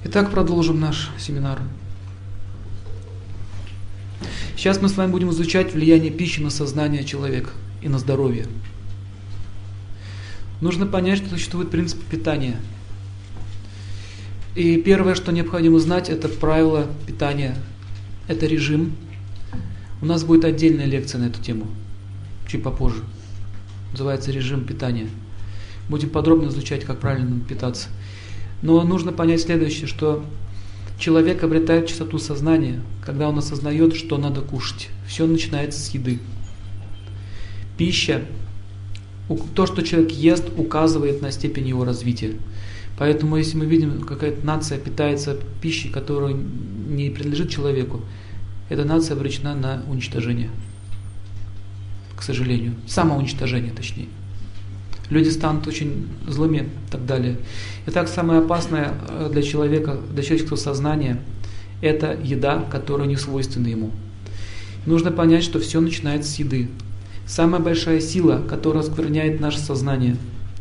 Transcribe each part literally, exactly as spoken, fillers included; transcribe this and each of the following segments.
Итак, продолжим наш семинар. Сейчас мы с вами будем изучать влияние пищи на сознание человека и на здоровье. Нужно понять, что существует принцип питания. И первое, что необходимо знать, это правила питания, это режим. У нас будет отдельная лекция на эту тему, чуть попозже. Называется режим питания. Будем подробно изучать, как правильно питаться. Но нужно понять следующее, что человек обретает чистоту сознания, когда он осознает, что надо кушать. Все начинается с еды. Пища, то, что человек ест, указывает на степень его развития. Поэтому, если мы видим, какая-то нация питается пищей, которая не принадлежит человеку, эта нация обречена на уничтожение. К сожалению. Самоуничтожение, точнее. Люди станут очень злыми и так далее. Итак, самое опасное для человека, для человеческого сознания, это еда, которая не свойственна ему. Нужно понять, что все начинается с еды. Самая большая сила, которая оскверняет наше сознание,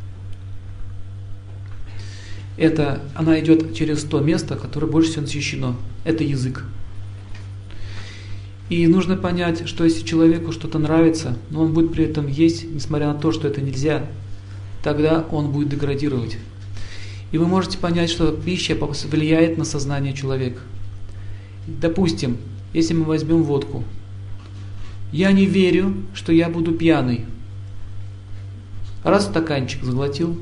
это она идет через то место, которое больше всего насыщено. Это язык. И нужно понять, что если человеку что-то нравится, но он будет при этом есть, несмотря на то, что это нельзя, тогда он будет деградировать. И вы можете понять, что пища влияет на сознание человека. Допустим, если мы возьмем водку. Я не верю, что я буду пьяный. Раз стаканчик заглотил.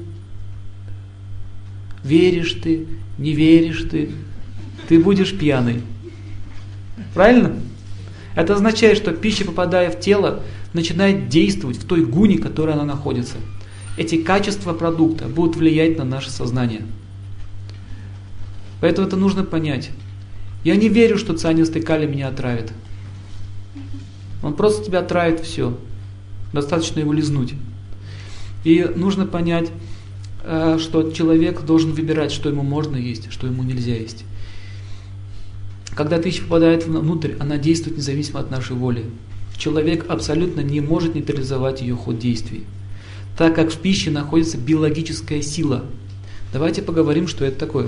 Веришь ты, не веришь ты, ты будешь пьяный. Правильно? Это означает, что пища, попадая в тело, начинает действовать в той гуне, в которой она находится. Эти качества продукта будут влиять на наше сознание. Поэтому это нужно понять. Я не верю, что цианистый калий меня отравит. Он просто тебя отравит, все. Достаточно его лизнуть. И нужно понять, что человек должен выбирать, что ему можно есть, что ему нельзя есть. Когда пища попадает внутрь, она действует независимо от нашей воли. Человек абсолютно не может нейтрализовать ее ход действий, так как в пище находится биологическая сила. Давайте поговорим, что это такое.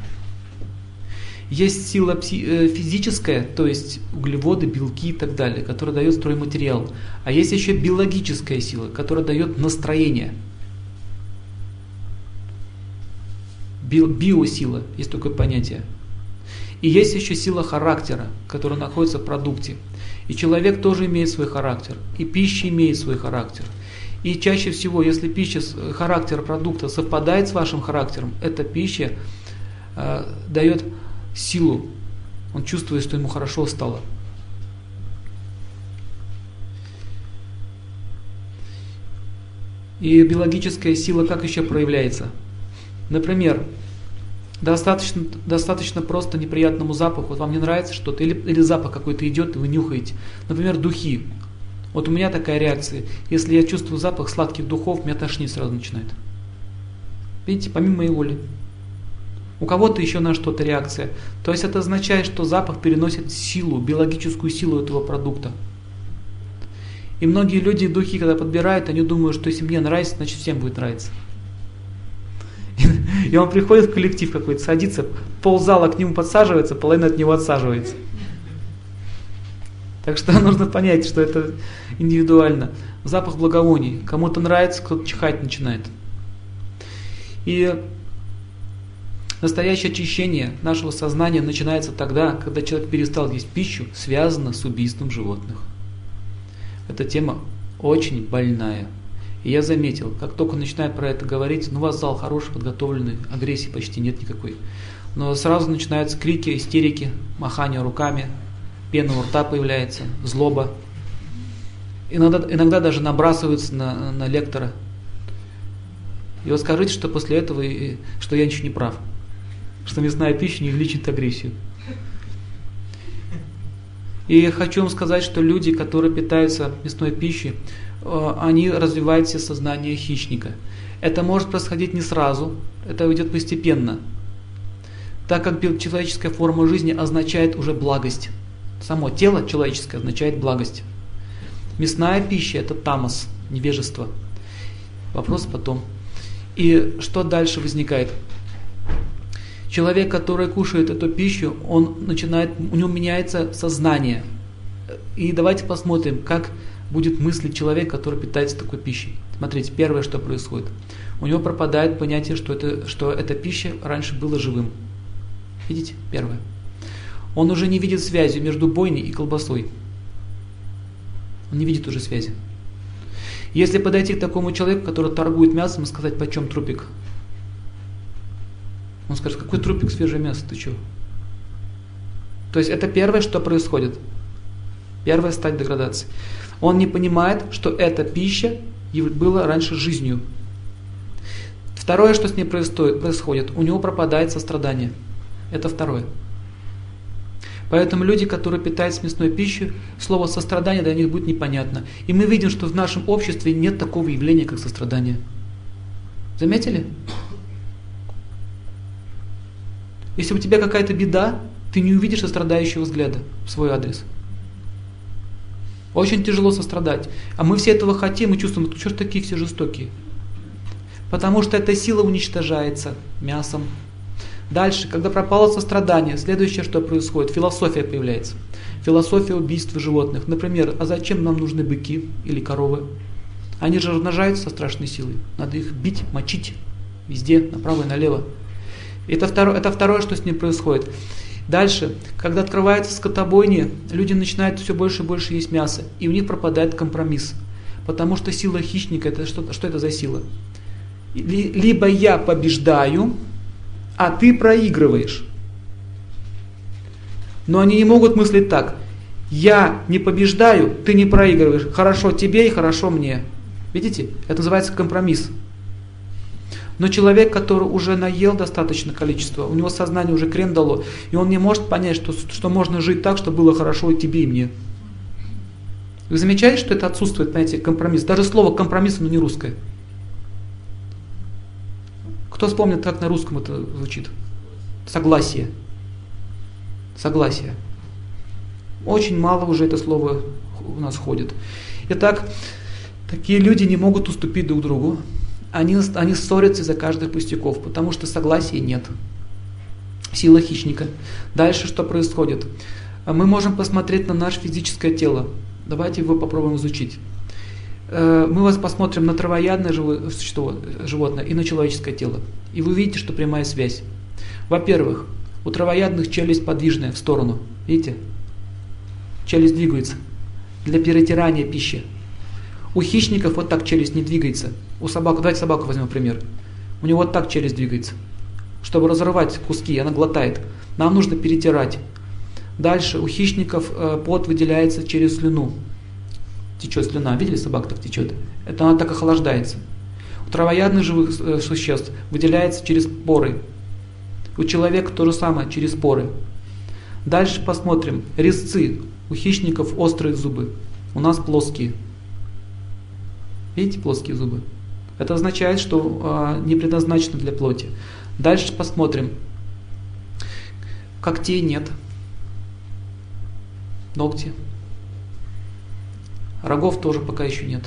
Есть сила физическая, то есть углеводы, белки и так далее, которая дает стройматериал. А есть еще биологическая сила, которая дает настроение. Би- биосила, есть такое понятие. И есть еще сила характера, которая находится в продукте. И человек тоже имеет свой характер, и пища имеет свой характер. И чаще всего, если пища, характер продукта совпадает с вашим характером, эта пища э, дает силу. Он чувствует, что ему хорошо стало. И биологическая сила как еще проявляется? Например, достаточно, достаточно просто неприятному запаху. Вот вам не нравится что-то, или, или запах какой-то идет, и вы нюхаете. Например, духи. Вот у меня такая реакция. Если я чувствую запах сладких духов, меня тошнить сразу начинает. Видите, помимо моей воли. У кого-то еще на что-то реакция. То есть это означает, что запах переносит силу, биологическую силу этого продукта. И многие люди духи, когда подбирают, они думают, что если мне нравится, значит всем будет нравиться. И он приходит в коллектив какой-то, садится, ползала к нему подсаживается, половина от него отсаживается. Так что нужно понять, что это индивидуально. Запах благовоний. Кому-то нравится, кто-то чихать начинает. И настоящее очищение нашего сознания начинается тогда, когда человек перестал есть пищу, связанную с убийством животных. Эта тема очень больная. И я заметил, как только начинаю про это говорить, ну у вас зал хороший, подготовленный, агрессии почти нет никакой. Но сразу начинаются крики, истерики, махание руками, пена у рта появляется, злоба. Иногда, иногда даже набрасываются на, на лектора. И вот скажите, что после этого, что я ничего не прав. Что мясная пища не увеличит агрессию. И я хочу вам сказать, что люди, которые питаются мясной пищей, они развивают все сознание хищника. Это может происходить не сразу, это идет постепенно. Так как человеческая форма жизни означает уже благость. Само тело человеческое означает благость. Мясная пища – это тамас, невежество. Вопрос потом. И что дальше возникает? Человек, который кушает эту пищу, он начинает, у него меняется сознание. И давайте посмотрим, как будет мыслить человек, который питается такой пищей. Смотрите, первое, что происходит. У него пропадает понятие, что, это, что эта пища раньше была живым. Видите? Первое. Он уже не видит связи между бойней и колбасой. Он не видит уже связи. Если подойти к такому человеку, который торгует мясом, и сказать, почем трупик? Он скажет, какой трупик, свежее мясо, ты что? То есть это первое, что происходит. Первая стадия деградации. Он не понимает, что эта пища была раньше жизнью. Второе, что с ней происходит, у него пропадает сострадание. Это второе. Поэтому люди, которые питаются мясной пищей, слово сострадание для них будет непонятно. И мы видим, что в нашем обществе нет такого явления, как сострадание. Заметили? Если у тебя какая-то беда, ты не увидишь сострадающего взгляда в свой адрес. Очень тяжело сострадать. А мы все этого хотим и чувствуем, что ж такие все жестокие? Потому что эта сила уничтожается мясом. Дальше, когда пропало сострадание, следующее, что происходит, философия появляется. Философия убийства животных. Например, а зачем нам нужны быки или коровы? Они же размножаются со страшной силой. Надо их бить, мочить везде, направо и налево. Это второе, это второе, что с ним происходит. Дальше, когда открываются скотобойни, люди начинают все больше и больше есть мясо. И у них пропадает компромисс. Потому что сила хищника, это что, что это за сила? Либо я побеждаю, а ты проигрываешь. Но они не могут мыслить так. Я не побеждаю, ты не проигрываешь. Хорошо тебе и хорошо мне. Видите? Это называется компромисс. Но человек, который уже наел достаточное количество, у него сознание уже крен дало, и он не может понять, что, что можно жить так, чтобы было хорошо и тебе, и мне. Вы замечаете, что это отсутствует, понимаете, компромисс? Даже слово компромисс, оно не русское. Кто вспомнит, как на русском это звучит? Согласие. Согласие. Очень мало уже это слово у нас ходит. Итак, такие люди не могут уступить друг другу. Они, они ссорятся из-за каждых пустяков, потому что согласия нет. Сила хищника. Дальше что происходит? Мы можем посмотреть на наше физическое тело. Давайте его попробуем изучить. Мы вас посмотрим на травоядное существо, животное и на человеческое тело. И вы увидите, что прямая связь. Во-первых, у травоядных челюсть подвижная в сторону. Видите? Челюсть двигается для перетирания пищи. У хищников вот так челюсть не двигается. У собак, давайте собаку возьмем пример. У него вот так челюсть двигается. Чтобы разрывать куски, она глотает. Нам нужно перетирать. Дальше у хищников э, пот выделяется через слюну. Течет слюна. Видели, собака так течет? Это она так охлаждается. У травоядных живых э, существ выделяется через поры. У человека то же самое, через поры. Дальше посмотрим. Резцы. У хищников острые зубы. У нас плоские. Видите, плоские зубы? Это означает, что э, не предназначено для плоти. Дальше посмотрим. Когтей нет. Ногти. Рогов тоже пока еще нет.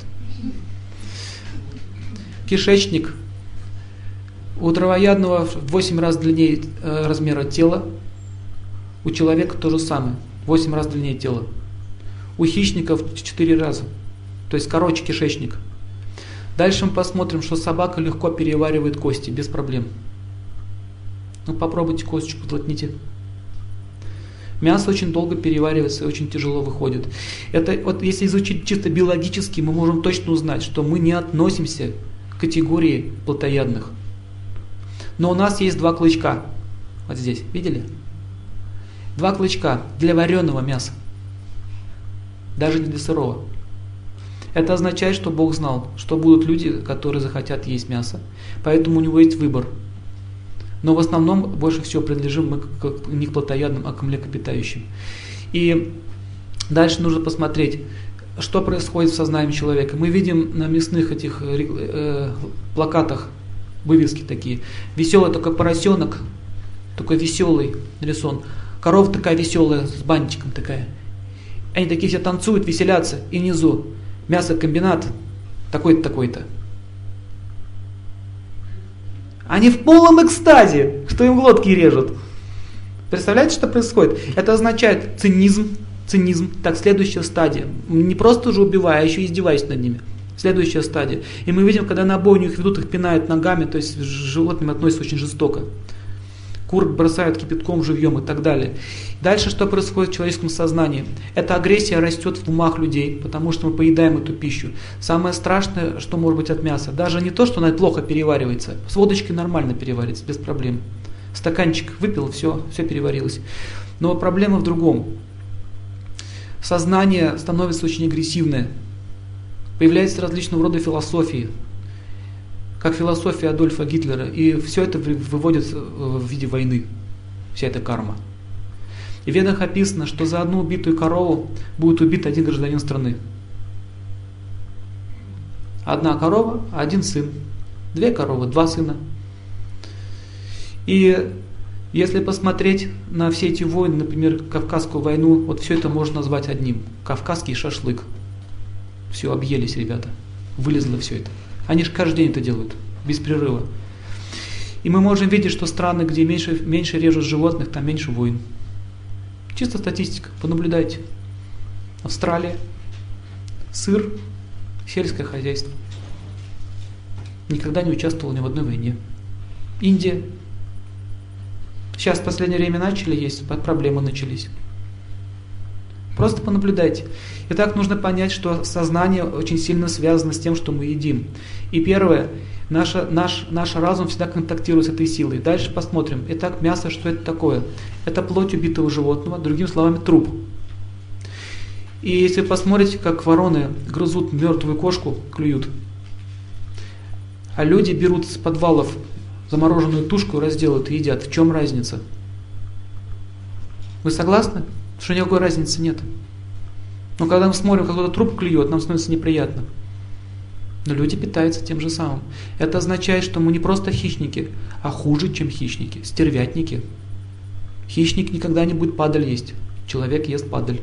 Кишечник. У травоядного в восемь раз длиннее э, размера тела. У человека то же самое. в восемь раз длиннее тела. У хищников в четыре раза. То есть короче кишечник. Дальше мы посмотрим, что собака легко переваривает кости, без проблем. Ну попробуйте косточку, глотните. Мясо очень долго переваривается и очень тяжело выходит. Это, вот, если изучить чисто биологически, мы можем точно узнать, что мы не относимся к категории плотоядных. Но у нас есть два клычка. Вот здесь, видели? Два клычка для вареного мяса. Даже не для сырого. Это означает, что Бог знал, что будут люди, которые захотят есть мясо. Поэтому у него есть выбор. Но в основном больше всего принадлежим мы к, не к плотоядным, а к млекопитающим. И дальше нужно посмотреть, что происходит в сознании человека. Мы видим на мясных этих э, плакатах вывески такие. Веселый такой поросенок, такой веселый нарисован. Корова такая веселая, с бантиком такая. Они такие все танцуют, веселятся. И внизу мясокомбинат такой-то, такой-то. Они в полном экстазе, что им глотки режут. Представляете, что происходит? Это означает цинизм, цинизм. Так, следующая стадия. Не просто уже убивая, а еще издеваясь над ними. Следующая стадия. И мы видим, когда на бойню их ведут, их пинают ногами, то есть к животным относятся очень жестоко. Кур бросают кипятком живьем и так далее. Дальше что происходит в человеческом сознании? Эта агрессия растет в умах людей, потому что мы поедаем эту пищу. Самое страшное, что может быть от мяса, даже не то, что она плохо переваривается, с водочкой нормально переварится, без проблем. Стаканчик выпил, все, все переварилось. Но проблема в другом. Сознание становится очень агрессивное. Появляются различного рода философии, как философия Адольфа Гитлера, и все это выводит в виде войны, вся эта карма. И в Ведах описано, что за одну убитую корову будет убит один гражданин страны. Одна корова, один сын. Две коровы, два сына. И если посмотреть на все эти войны, например, Кавказскую войну, вот все это можно назвать одним. Кавказский шашлык. Все, объелись ребята. Вылезло все это. Они же каждый день это делают, без прерыва. И мы можем видеть, что страны, где меньше, меньше режут животных, там меньше войн. Чисто статистика, понаблюдайте. Австралия, сыр, сельское хозяйство. Никогда не участвовал ни в одной войне. Индия. Сейчас в последнее время начали есть, проблемы начались. Просто понаблюдайте. Итак, нужно понять, что сознание очень сильно связано с тем, что мы едим. И первое, наша, наш, наш разум всегда контактирует с этой силой. Дальше посмотрим. Итак, мясо, что это такое? Это плоть убитого животного, другими словами, труп. И если посмотрите, как вороны грызут мертвую кошку, клюют, а люди берут с подвалов замороженную тушку, разделают и едят, в чем разница? Вы согласны? Что никакой разницы нет. Но когда мы смотрим, как кто-то труп клюет, нам становится неприятно. Но люди питаются тем же самым. Это означает, что мы не просто хищники, а хуже, чем хищники, стервятники. Хищник никогда не будет падаль есть. Человек ест падаль.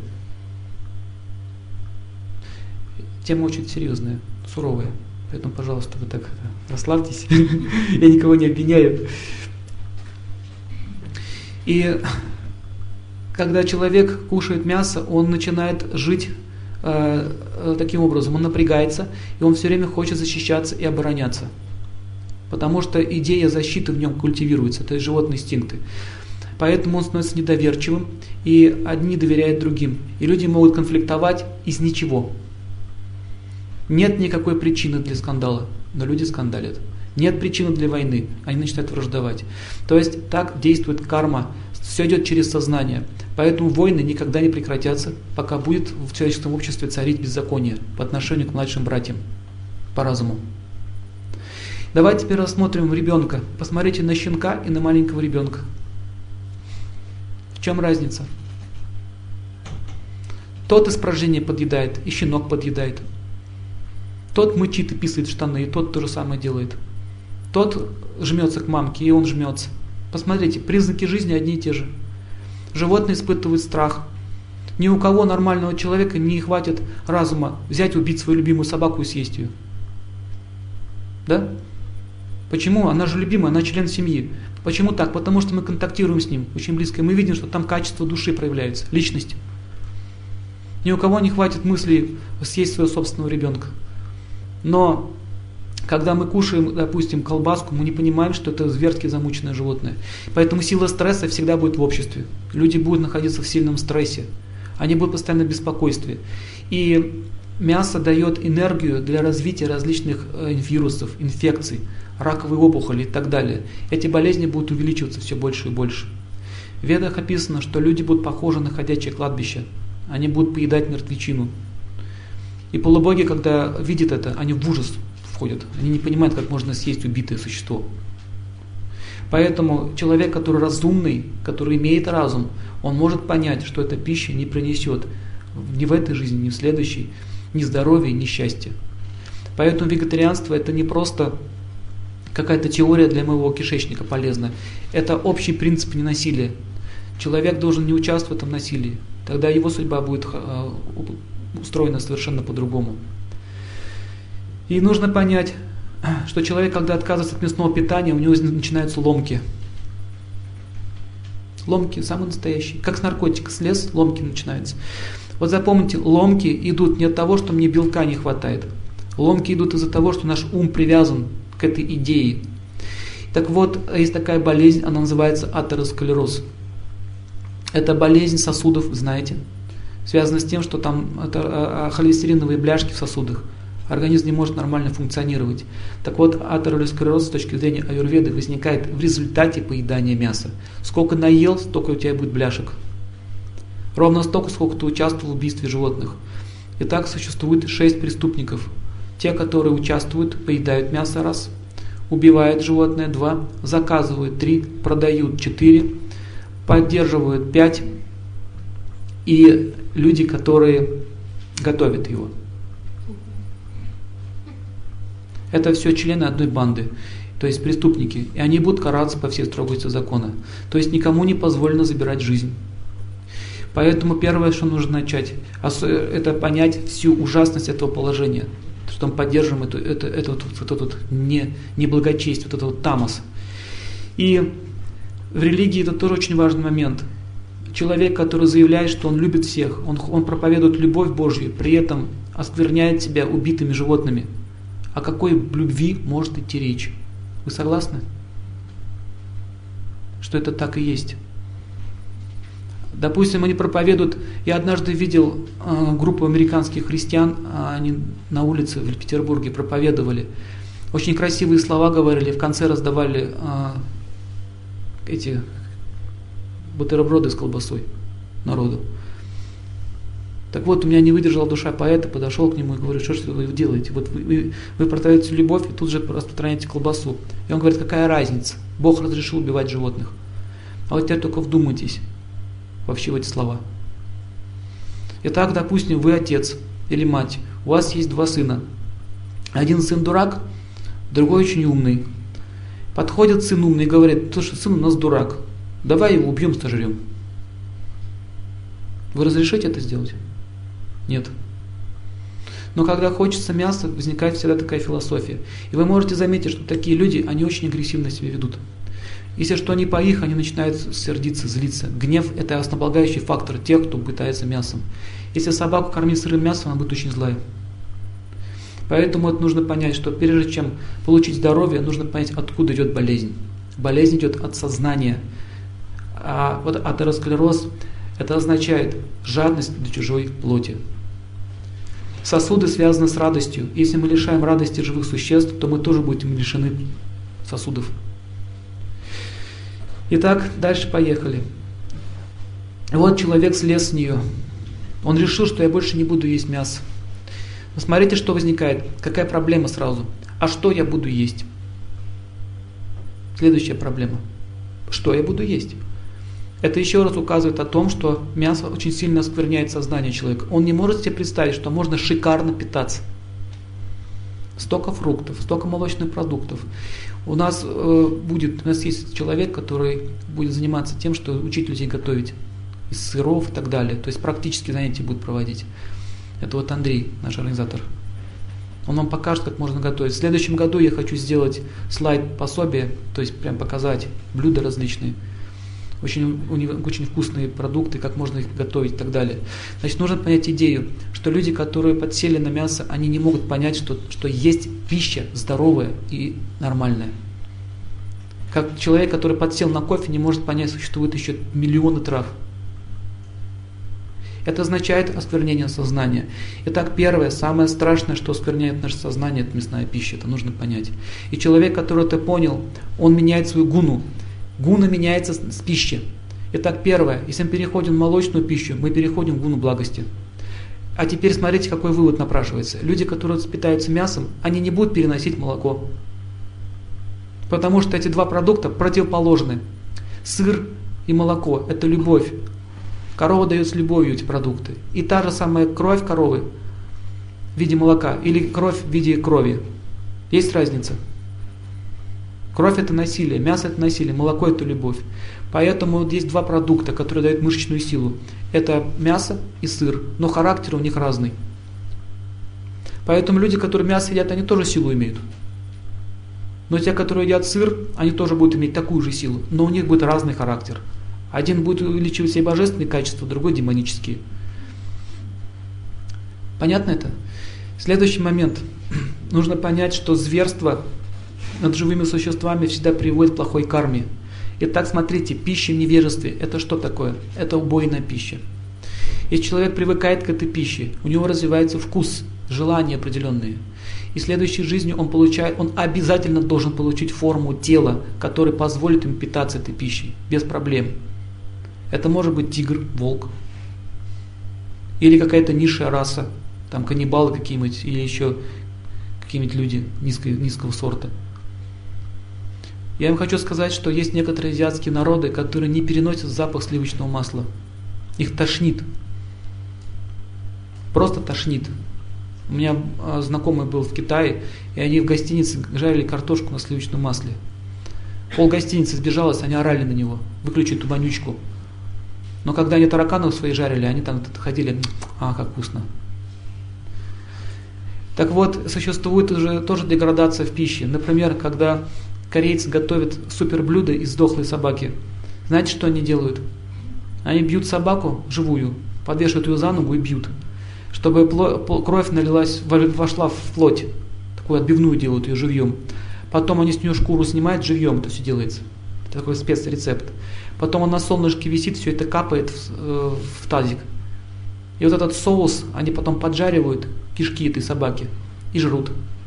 Тема очень серьезная, суровая. Поэтому, пожалуйста, вы так расслабьтесь. Я никого не обвиняю. И когда человек кушает мясо, он начинает жить э, э, таким образом, он напрягается, и он все время хочет защищаться и обороняться. Потому что идея защиты в нем культивируется, то есть животные инстинкты. Поэтому он становится недоверчивым, и одни доверяют другим. И люди могут конфликтовать из ничего. Нет никакой причины для скандала, но люди скандалят. Нет причины для войны, они начинают враждовать. То есть так действует карма. Все идет через сознание. Поэтому войны никогда не прекратятся, пока будет в человеческом обществе царить беззаконие по отношению к младшим братьям по разуму. Давайте теперь рассмотрим ребенка. Посмотрите на щенка и на маленького ребенка. В чем разница? Тот испражнение подъедает, и щенок подъедает. Тот мычит и писает в штаны, и тот то же самое делает. Тот жмется к мамке, и он жмется. Посмотрите, признаки жизни одни и те же. Животные испытывают страх. Ни у кого нормального человека не хватит разума взять, убить свою любимую собаку и съесть ее. Да? Почему? Она же любимая, она член семьи. Почему так? Потому что мы контактируем с ним очень близко, и мы видим, что там качество души проявляется, личности. Ни у кого не хватит мысли съесть своего собственного ребенка. Но когда мы кушаем, допустим, колбаску, мы не понимаем, что это зверски замученное животное. Поэтому сила стресса всегда будет в обществе. Люди будут находиться в сильном стрессе. Они будут постоянно в беспокойстве. И мясо дает энергию для развития различных вирусов, инфекций, раковой опухоли и так далее. Эти болезни будут увеличиваться все больше и больше. В Ведах описано, что люди будут похожи на ходячее кладбище. Они будут поедать мертвечину. И полубоги, когда видят это, они в ужас входят. Они не понимают, как можно съесть убитое существо. Поэтому человек, который разумный, который имеет разум, он может понять, что эта пища не принесет ни в этой жизни, ни в следующей, ни здоровья, ни счастья. Поэтому вегетарианство это не просто какая-то теория для моего кишечника полезная. Это общий принцип ненасилия. Человек должен не участвовать в этом насилии. Тогда его судьба будет устроена совершенно по-другому. И нужно понять, что человек, когда отказывается от мясного питания, у него начинаются ломки. Ломки самые настоящие. Как с наркотика слез, ломки начинаются. Вот запомните, ломки идут не от того, что мне белка не хватает. Ломки идут из-за того, что наш ум привязан к этой идее. Так вот, есть такая болезнь, она называется атеросклероз. Это болезнь сосудов, знаете, связана с тем, что там это холестериновые бляшки в сосудах. Организм не может нормально функционировать. Так вот, атеросклероз с точки зрения аюрведы возникает в результате поедания мяса. Сколько наел, столько у тебя будет бляшек. Ровно столько, сколько ты участвовал в убийстве животных. Итак, существует шесть преступников. Те, которые участвуют, поедают мясо, раз, убивают животное, два, заказывают, три, продают, четыре, поддерживают, пять, и люди, которые готовят его. Это все члены одной банды, то есть преступники, и они будут караться по всей строгости закона. То есть никому не позволено забирать жизнь. Поэтому первое, что нужно начать, это понять всю ужасность этого положения, что мы поддерживаем это, это, это, вот, вот, это вот не, неблагочестие, вот это вот тамос. И в религии это тоже очень важный момент. Человек, который заявляет, что он любит всех, он, он проповедует любовь Божью, при этом оскверняет себя убитыми животными. О какой любви может идти речь? Вы согласны? Что это так и есть. Допустим, они проповедуют. Я однажды видел э, группу американских христиан, они на улице в Петербурге проповедовали. Очень красивые слова говорили, в конце раздавали э, эти бутерброды с колбасой народу. Так вот, у меня не выдержала душа поэта, подошел к нему и говорю, что же вы делаете? Вот вы, вы, вы проповедуете любовь и тут же распространяете колбасу. И он говорит, какая разница? Бог разрешил убивать животных. А вот теперь только вдумайтесь вообще в эти слова. Итак, допустим, вы отец или мать, у вас есть два сына. Один сын дурак, другой очень умный. Подходит сын умный и говорит, слушай, сын у нас дурак, давай его убьем, сожрем. Вы разрешите это сделать? Нет. Но когда хочется мяса, возникает всегда такая философия. И вы можете заметить, что такие люди, они очень агрессивно себя ведут. Если что не по их, они начинают сердиться, злиться. Гнев – это основополагающий фактор тех, кто пытается мясом. Если собаку кормить сырым мясом, она будет очень злая. Поэтому это нужно понять, что прежде чем получить здоровье, нужно понять, откуда идет болезнь. Болезнь идет от сознания. А вот атеросклероз – это означает жадность до чужой плоти. Сосуды связаны с радостью. Если мы лишаем радости живых существ, то мы тоже будем лишены сосудов. Итак, дальше поехали. Вот человек слез с нее. Он решил, что я больше не буду есть мясо. Но смотрите, что возникает. Какая проблема сразу? А что я буду есть? Следующая проблема. Что я буду есть? Это еще раз указывает о том, что мясо очень сильно оскверняет сознание человека. Он не может себе представить, что можно шикарно питаться. Столько фруктов, столько молочных продуктов. У нас э, будет, у нас есть человек, который будет заниматься тем, что учить людей готовить из сыров и так далее. То есть практически занятия будет проводить. Это вот Андрей, наш организатор. Он вам покажет, как можно готовить. В следующем году я хочу сделать слайд пособие, то есть прям показать блюда различные. Очень, очень вкусные продукты, как можно их готовить и так далее. Значит, нужно понять идею, что люди, которые подсели на мясо, они не могут понять, что, что есть пища здоровая и нормальная. Как человек, который подсел на кофе, не может понять, существует еще миллионы трав. Это означает осквернение сознания. Итак, первое, самое страшное, что оскверняет наше сознание, это мясная пища, это нужно понять. И человек, который это понял, он меняет свою гуну. Гуна меняется с пищи. Итак, первое, если мы переходим в молочную пищу, мы переходим в гуну благости. А теперь смотрите, какой вывод напрашивается. Люди, которые питаются мясом, они не будут переносить молоко. Потому что эти два продукта противоположны. Сыр и молоко – это любовь. Корова дает с любовью эти продукты. И та же самая кровь коровы в виде молока или кровь в виде крови. Есть разница? Кровь – это насилие, мясо – это насилие, молоко – это любовь. Поэтому вот есть два продукта, которые дают мышечную силу. Это мясо и сыр, но характер у них разный. Поэтому люди, которые мясо едят, они тоже силу имеют. Но те, которые едят сыр, они тоже будут иметь такую же силу, но у них будет разный характер. Один будет увеличивать себе божественные качества, другой демонические. Понятно это? Следующий момент. Нужно понять, что зверство над живыми существами всегда приводит к плохой карме. Итак, смотрите, пища в невежестве – это что такое? Это убойная пища. Если человек привыкает к этой пище, у него развивается вкус, желания определенные. И в следующей жизни он получает, он обязательно должен получить форму тела, которая позволит ему питаться этой пищей, без проблем. Это может быть тигр, волк, или какая-то низшая раса, там каннибалы какие-нибудь, или еще какие-нибудь люди низкого, низкого сорта. Я им хочу сказать, что есть некоторые азиатские народы, которые не переносят запах сливочного масла. Их тошнит. Просто тошнит. У меня знакомый был в Китае, и они в гостинице жарили картошку на сливочном масле. Пол гостиницы сбежалось, они орали на него: выключи эту вонючку. Но когда они тараканов свои жарили, они там ходили: а, как вкусно. Так вот, существует уже тоже деградация в пище. Например, когда корейцы готовят суперблюдо из дохлой собаки, знаете, что они делают? Они бьют собаку живую, подвешивают ее за ногу и бьют, чтобы кровь налилась, вошла в плоть. Такую отбивную делают ее живьем. Потом они с нее шкуру снимают живьем, это все делается. Это такой спецрецепт. Потом он на солнышке висит, все это капает в, в тазик. И вот этот соус они потом поджаривают, кишки этой собаки, и жрут.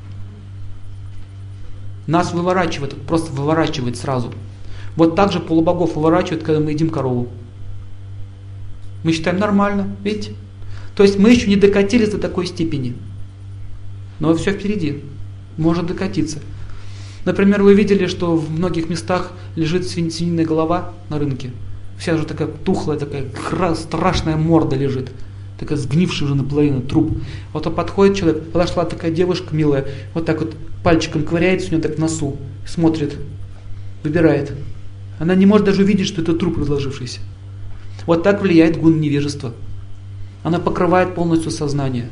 Нас выворачивает, просто выворачивает сразу. Вот так же полубогов выворачивают, когда мы едим корову. Мы считаем нормально, видите? То есть мы еще не докатились до такой степени. Но все впереди. Может докатиться. Например, вы видели, что в многих местах лежит свининая голова на рынке. Вся же такая тухлая, такая страшная морда лежит. Такая сгнившая уже наполовину труп. Вот он подходит человек, подошла такая девушка милая, вот так вот пальчиком ковыряется у нее так в носу, смотрит, выбирает. Она не может даже увидеть, что это труп разложившийся. Вот так влияет гун невежества. Она покрывает полностью сознание.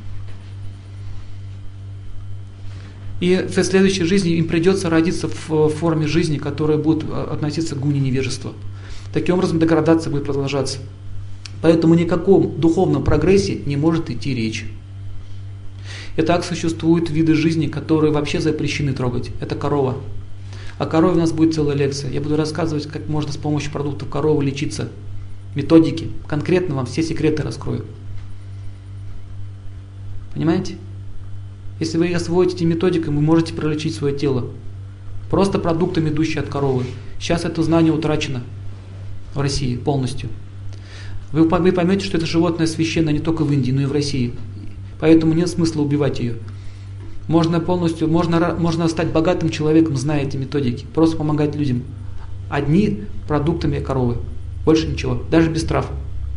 И в следующей жизни им придется родиться в форме жизни, которая будет относиться к гуне невежества. Таким образом, деградация будет продолжаться. Поэтому ни о каком духовном прогрессе не может идти речь. Итак, существуют виды жизни, которые вообще запрещены трогать. Это корова. О корове у нас будет целая лекция. Я буду рассказывать, как можно с помощью продуктов коровы лечиться. Методики. Конкретно вам все секреты раскрою. Понимаете? Если вы освоите эти методики, вы можете пролечить свое тело. Просто продуктами, идущие от коровы. Сейчас это знание утрачено в России полностью. Вы, вы поймете, что это животное священное не только в Индии, но и в России. Поэтому нет смысла убивать ее. Можно полностью, можно, можно стать богатым человеком, зная эти методики. Просто помогать людям. Одни продуктами коровы. Больше ничего. Даже без трав.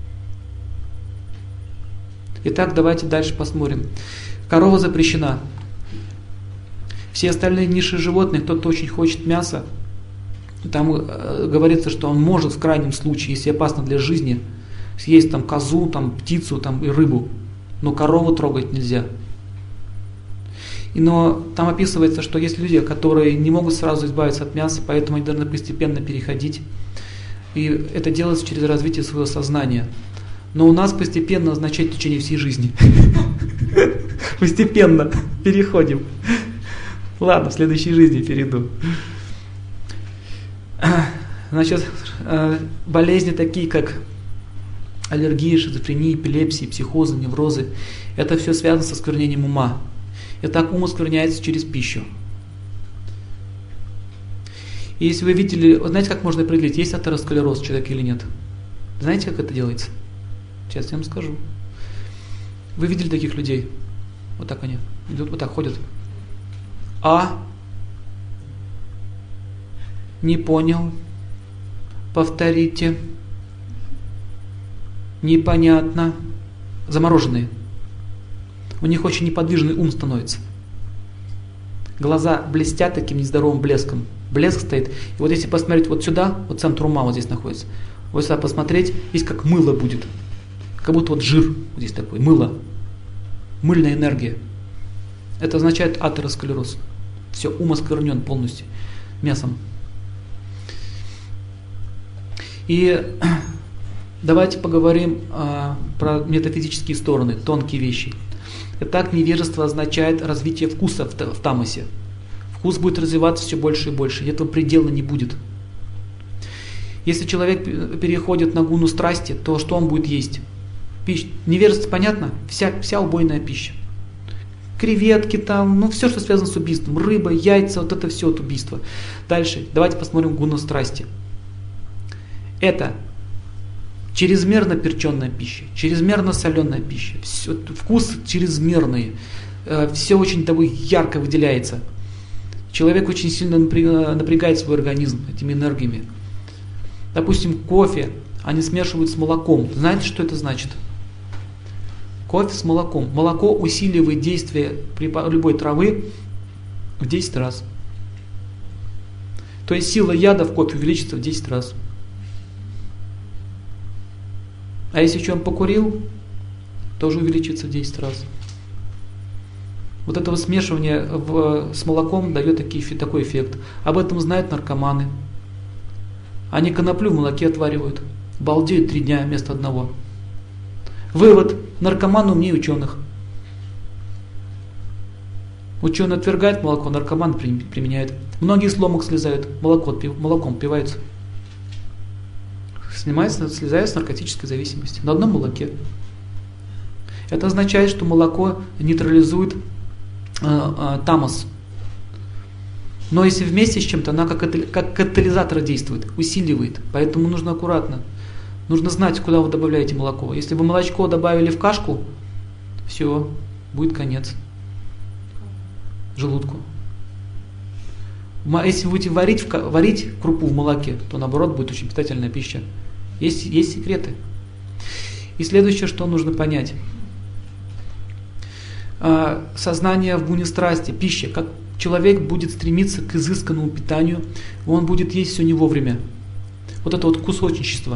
Итак, давайте дальше посмотрим. Корова запрещена. Все остальные низшие животные, кто-то очень хочет мяса, там э, говорится, что он может в крайнем случае, если опасно для жизни, съесть там козу, там птицу, там и рыбу. Но корову трогать нельзя. И, но там описывается, что есть люди, которые не могут сразу избавиться от мяса, поэтому они должны постепенно переходить. И это делается через развитие своего сознания. Но у нас постепенно означает в течение всей жизни. Постепенно переходим. Ладно, в следующей жизни перейду. Значит, болезни такие, как аллергии, шизофрения, эпилепсия, психозы, неврозы, это все связано со осквернением ума. И так ум оскверняется через пищу. И если вы видели, знаете, как можно определить, есть атеросклероз человек или нет? Знаете, как это делается? Сейчас я вам скажу. Вы видели таких людей? Вот так они идут, вот так ходят. А? Не понял. Повторите. Непонятно. Замороженные. У них очень неподвижный ум становится. Глаза блестят таким нездоровым блеском. Блеск стоит. И вот если посмотреть вот сюда, вот центр ума вот здесь находится. Вот сюда посмотреть, здесь как мыло будет. Как будто вот жир вот здесь такой, мыло. Мыльная энергия. Это означает атеросклероз. Все, ум осквернен полностью мясом. И давайте поговорим а, про метафизические стороны, тонкие вещи. Итак, невежество означает развитие вкуса в, в тамасе. Вкус будет развиваться все больше и больше, и этого предела не будет. Если человек переходит на гуну страсти, то что он будет есть? Пища. Невежество, понятно? Вся, вся убойная пища. Креветки там, ну все, что связано с убийством. Рыба, яйца, вот это все от убийства. Дальше, давайте посмотрим гуну страсти. Это чрезмерно перченая пища, чрезмерно соленая пища, все, вкус чрезмерный, э, все очень такое ярко выделяется. Человек очень сильно напрягает свой организм этими энергиями. Допустим, кофе они смешивают с молоком. Знаете, что это значит? Кофе с молоком. Молоко усиливает действие любой травы в десять раз. То есть сила яда в кофе увеличится в десять раз. А если еще он покурил, тоже увеличится в десять раз. Вот это вот смешивание в, с молоком дает такие, такой эффект. Об этом знают наркоманы. Они коноплю в молоке отваривают. Балдеют три дня вместо одного. Вывод. Наркоман умнее ученых. Ученый отвергает молоко, наркоман применяет. Многие с ломок слезают, молоко, молоком пиваются. Снимается, слезает с наркотической зависимости. На одном молоке. Это означает, что молоко нейтрализует э, э, тамас. Но если вместе с чем-то, она как, как катализатор действует, усиливает. Поэтому нужно аккуратно. Нужно знать, куда вы добавляете молоко. Если вы молочко добавили в кашку, все, будет конец желудку. Если вы будете варить, варить крупу в молоке, то наоборот будет очень питательная пища. Есть, есть секреты. И следующее, что нужно понять. Сознание в гуне страсти, пища. Как человек будет стремиться к изысканному питанию, он будет есть все не вовремя. Вот это вот кусочничество.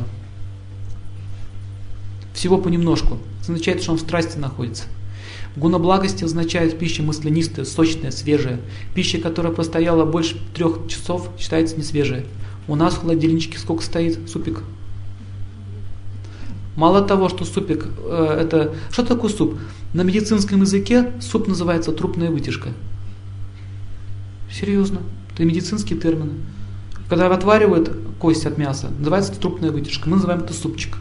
Всего понемножку. Это означает, что он в страсти находится. Гуна благости означает пища маслянистая, сочная, свежая. Пища, которая простояла больше трех часов, считается несвежая. У нас в холодильничке сколько стоит супик? Мало того, что супик, э, это... Что такое суп? На медицинском языке суп называется трупная вытяжка. Серьезно. Это медицинские термины. Когда отваривают кость от мяса, называется трупная вытяжка. Мы называем это супчик.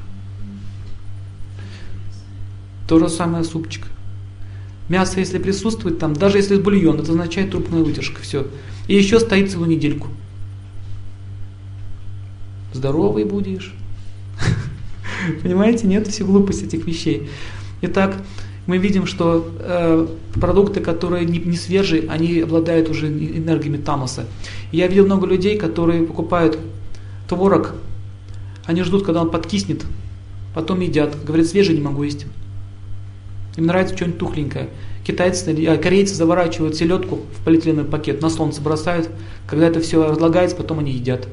То же самое супчик. Мясо, если присутствует там, даже если бульон, это означает трупная вытяжка. Все. И еще стоит целую недельку. Здоровый будешь. Понимаете, нет всей глупости этих вещей. Итак, мы видим, что э, продукты, которые не, не свежие, они обладают уже энергиями тамаса. Я видел много людей, которые покупают творог, они ждут, когда он подкиснет, потом едят. Говорят, свежий не могу есть. Им нравится что-нибудь тухленькое. Китайцы, э, корейцы заворачивают селедку в полиэтиленовый пакет, на солнце бросают. Когда это все разлагается, потом они едят.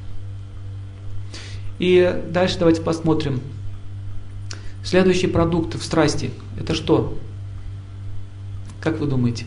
И дальше давайте посмотрим. Следующие продукты в страсти. Это что? Как вы думаете?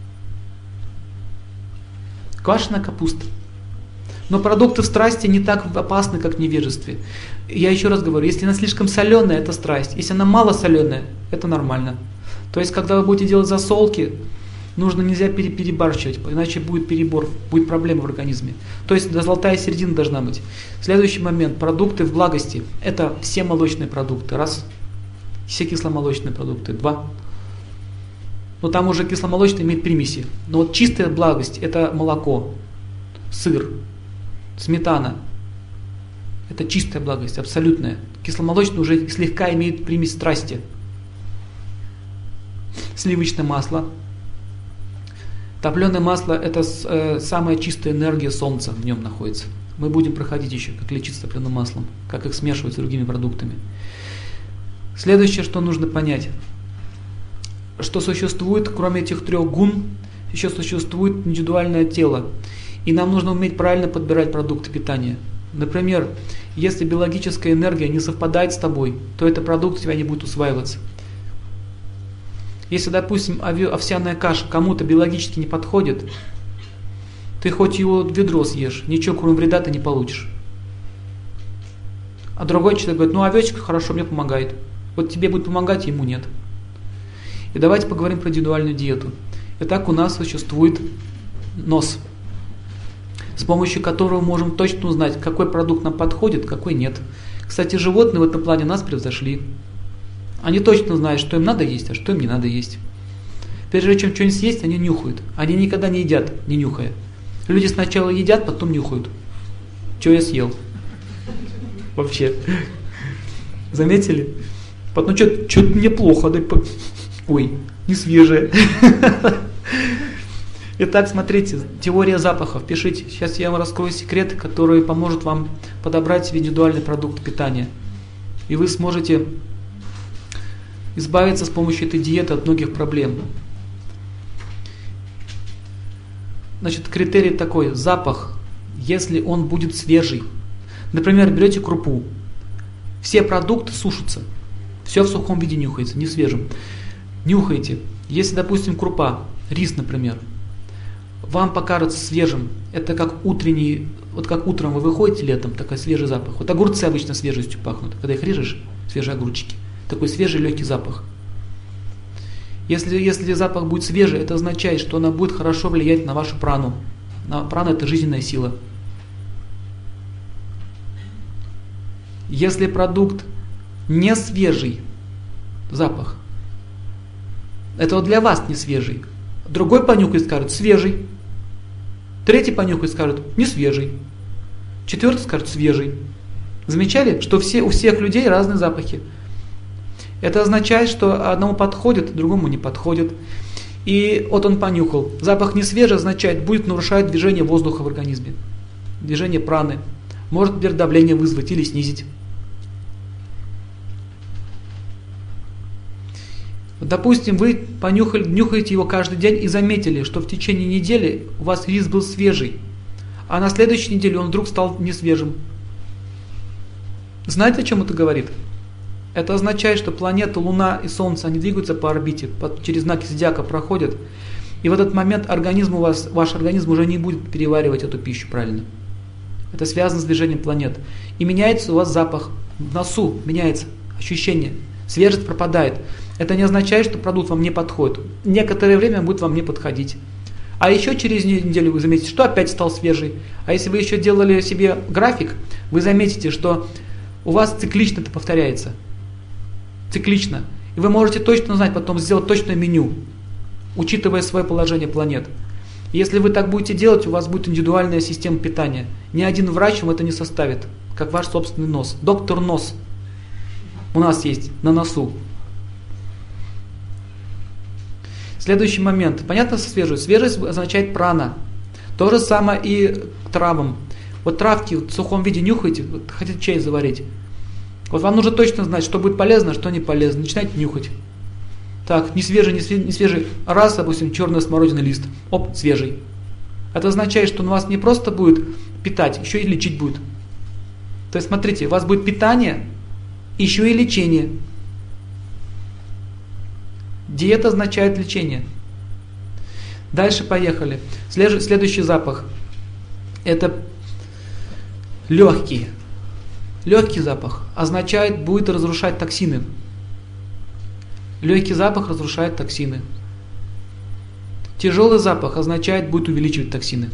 Квашеная капуста. Но продукты в страсти не так опасны, как в невежестве. Я еще раз говорю, если она слишком соленая, это страсть. Если она мало соленая, это нормально. То есть, когда вы будете делать засолки, нужно нельзя перебарщивать, иначе будет перебор, будет проблема в организме. То есть золотая середина должна быть. Следующий момент. Продукты в благости. Это все молочные продукты. Раз. Все кисломолочные продукты. Два. Но там уже кисломолочный имеет примеси. Но вот чистая благость — это молоко, сыр, сметана. Это чистая благость, абсолютная. Кисломолочный уже слегка имеет примесь страсти. Сливочное масло. Топленое масло — это э, самая чистая энергия солнца в нем находится. Мы будем проходить еще, как лечиться топленым маслом, как их смешивать с другими продуктами. Следующее, что нужно понять, что существует, кроме этих трех гун, еще существует индивидуальное тело. И нам нужно уметь правильно подбирать продукты питания. Например, если биологическая энергия не совпадает с тобой, то этот продукт у тебя не будет усваиваться. Если, допустим, овсяная каша кому-то биологически не подходит, Ты хоть его ведро съешь, ничего кроме вреда ты не получишь. А другой человек говорит, ну овечка хорошо, мне помогает. Вот тебе будет помогать, ему нет. И давайте поговорим про индивидуальную диету. Итак, у нас существует нос, с помощью которого мы можем точно узнать, какой продукт нам подходит, какой нет. Кстати, животные в этом плане нас превзошли. Они точно знают, что им надо есть, а что им не надо есть. Прежде чем что-нибудь съесть, они нюхают. Они никогда не едят, не нюхая. Люди сначала едят, потом нюхают. Что я съел? Вообще. Заметили? Потом что-то, что-то мне плохо. Дай по... Ой, не свежее. Итак, смотрите, теория запахов. Пишите. Сейчас я вам раскрою секрет, который поможет вам подобрать себе индивидуальный продукт питания. И вы сможете избавиться с помощью этой диеты от многих проблем. Значит, критерий такой. Запах, если он будет свежий. Например, берете крупу. Все продукты сушатся. Все в сухом виде нюхается, не в свежем. Нюхайте. Если, допустим, крупа, рис, например, вам покажется свежим, это как утренний, вот как утром вы выходите летом, такой свежий запах. Вот огурцы обычно свежестью пахнут, когда их режешь, свежие огурчики, такой свежий легкий запах. Если, если запах будет свежий, это означает, что она будет хорошо влиять на вашу прану. На прана — это жизненная сила. Если продукт не свежий, запах, это вот для вас не свежий. Другой понюхает и скажет свежий. Третий понюхает и скажет не свежий. Четвертый скажет свежий. Замечали, что все, у всех людей разные запахи. Это означает, что одному подходит, другому не подходит. И вот он понюхал. Запах не свежий означает, будет нарушать движение воздуха в организме. Движение праны. Может, например, давление вызвать или снизить. Допустим, вы понюхали, нюхаете его каждый день и заметили, что в течение недели у вас рис был свежий, а на следующей неделе он вдруг стал несвежим. Знаете, о чем это говорит? Это означает, что планета, Луна и Солнце, они двигаются по орбите, по, через знаки зодиака проходят, и в этот момент организм у вас, ваш организм уже не будет переваривать эту пищу правильно. Это связано с движением планет. И меняется у вас запах, в носу меняется ощущение, свежесть пропадает. Это не означает, что продукт вам не подходит. Некоторое время он будет вам не подходить. А еще через неделю вы заметите, что опять стал свежий. А если вы еще делали себе график, вы заметите, что у вас циклично это повторяется. Циклично. И вы можете точно знать, потом сделать точное меню, учитывая свое положение планет. И если вы так будете делать, у вас будет индивидуальная система питания. Ни один врач вам это не составит, как ваш собственный нос. Доктор нос у нас есть на носу. Следующий момент. Понятно, свежесть? Свежесть означает прана. То же самое и к травам. Вот травки в сухом виде нюхаете, вот хотите чай заварить. Вот вам нужно точно знать, что будет полезно, а что не полезно. Начинайте нюхать. Так, не свежий, не свежий, не свежий. Раз, допустим, черный смородиный лист. Оп, свежий. Это означает, что он вас не просто будет питать, еще и лечить будет. То есть, смотрите, у вас будет питание, еще и лечение. Диета означает лечение. Дальше поехали. Следующий запах. Это легкий. Легкий запах означает, будет разрушать токсины. Легкий запах разрушает токсины. Тяжелый запах означает, будет увеличивать токсины.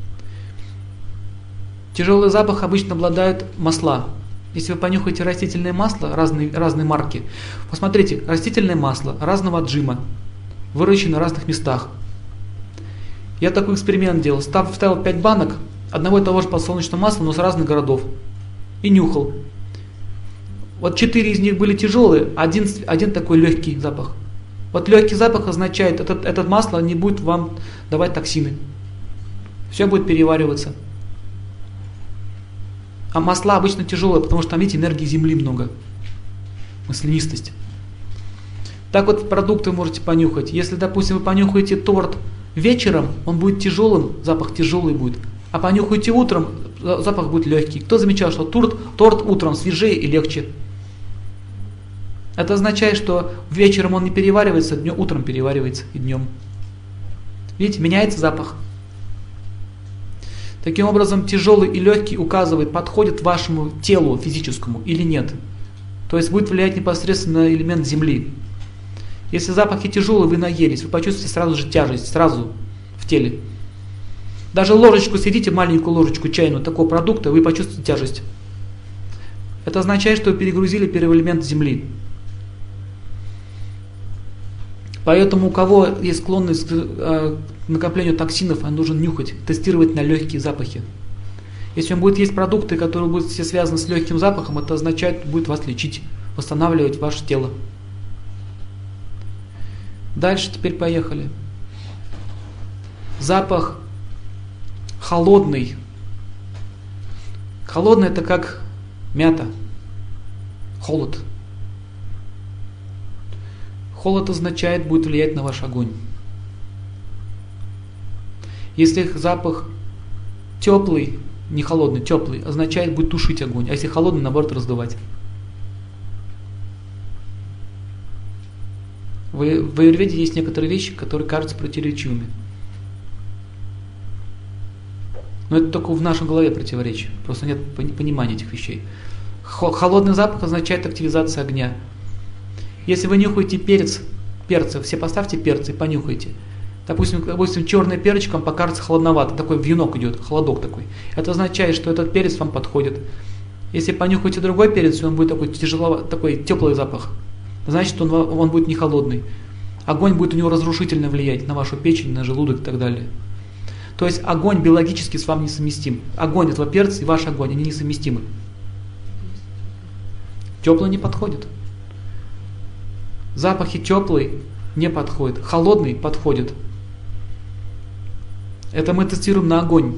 Тяжелый запах обычно обладают масла. Если вы понюхаете растительное масло, разные, разные марки, посмотрите, растительное масло разного отжима, выращено в разных местах. Я такой эксперимент делал. Вставил пять банок одного и того же подсолнечного масла, но с разных городов. И нюхал. Вот четыре из них были тяжелые, один, один такой легкий запах. Вот легкий запах означает, этот, этот масло не будет вам давать токсины. Все будет перевариваться. А масла обычно тяжелые, потому что там, видите, энергии земли много. Маслянистость. Так вот продукты можете понюхать. Если, допустим, вы понюхаете торт вечером, он будет тяжелым, запах тяжелый будет. А понюхаете утром, запах будет легкий. Кто замечал, что торт, торт утром свежее и легче? Это означает, что вечером он не переваривается, днем, утром переваривается и днем. Видите, меняется запах. Таким образом, тяжелый и легкий указывает, подходит вашему телу физическому или нет. То есть будет влиять непосредственно на элемент земли. Если запахи тяжелые, вы наелись, вы почувствуете сразу же тяжесть, сразу в теле. Даже ложечку съедите, маленькую ложечку чайную такого продукта, вы почувствуете тяжесть. Это означает, что вы перегрузили первый элемент земли. Поэтому у кого есть склонность к накоплению токсинов, нужно нюхать, тестировать на легкие запахи. Если он будет есть продукты, которые будут все связаны с легким запахом, это означает, будет вас лечить, восстанавливать ваше тело. Дальше теперь поехали. Запах холодный. Холодный это как мята. Холод. Холод означает, будет влиять на ваш огонь. Если запах теплый, не холодный, теплый, означает, будет тушить огонь. А если холодный, наоборот, раздувать. В аюрведе есть некоторые вещи, которые кажутся противоречивыми. Но это только в нашей голове противоречие. Просто нет понимания этих вещей. Холодный запах означает активизацию огня. Если вы нюхаете перец, перцы, все поставьте перцы и понюхайте. Допустим, допустим, черный перчик вам покажется холодновато, такой вьюнок идет, холодок такой. Это означает, что этот перец вам подходит. Если понюхаете другой перец, он будет такой тяжело, такой теплый запах. Значит, он, он будет не холодный. Огонь будет у него разрушительно влиять на вашу печень, на желудок и так далее. То есть огонь биологически с вами несовместим. Огонь этого перца и ваш огонь, они несовместимы. Теплый не подходит. Запахи теплый не подходит. Холодный подходит. Это мы тестируем на огонь.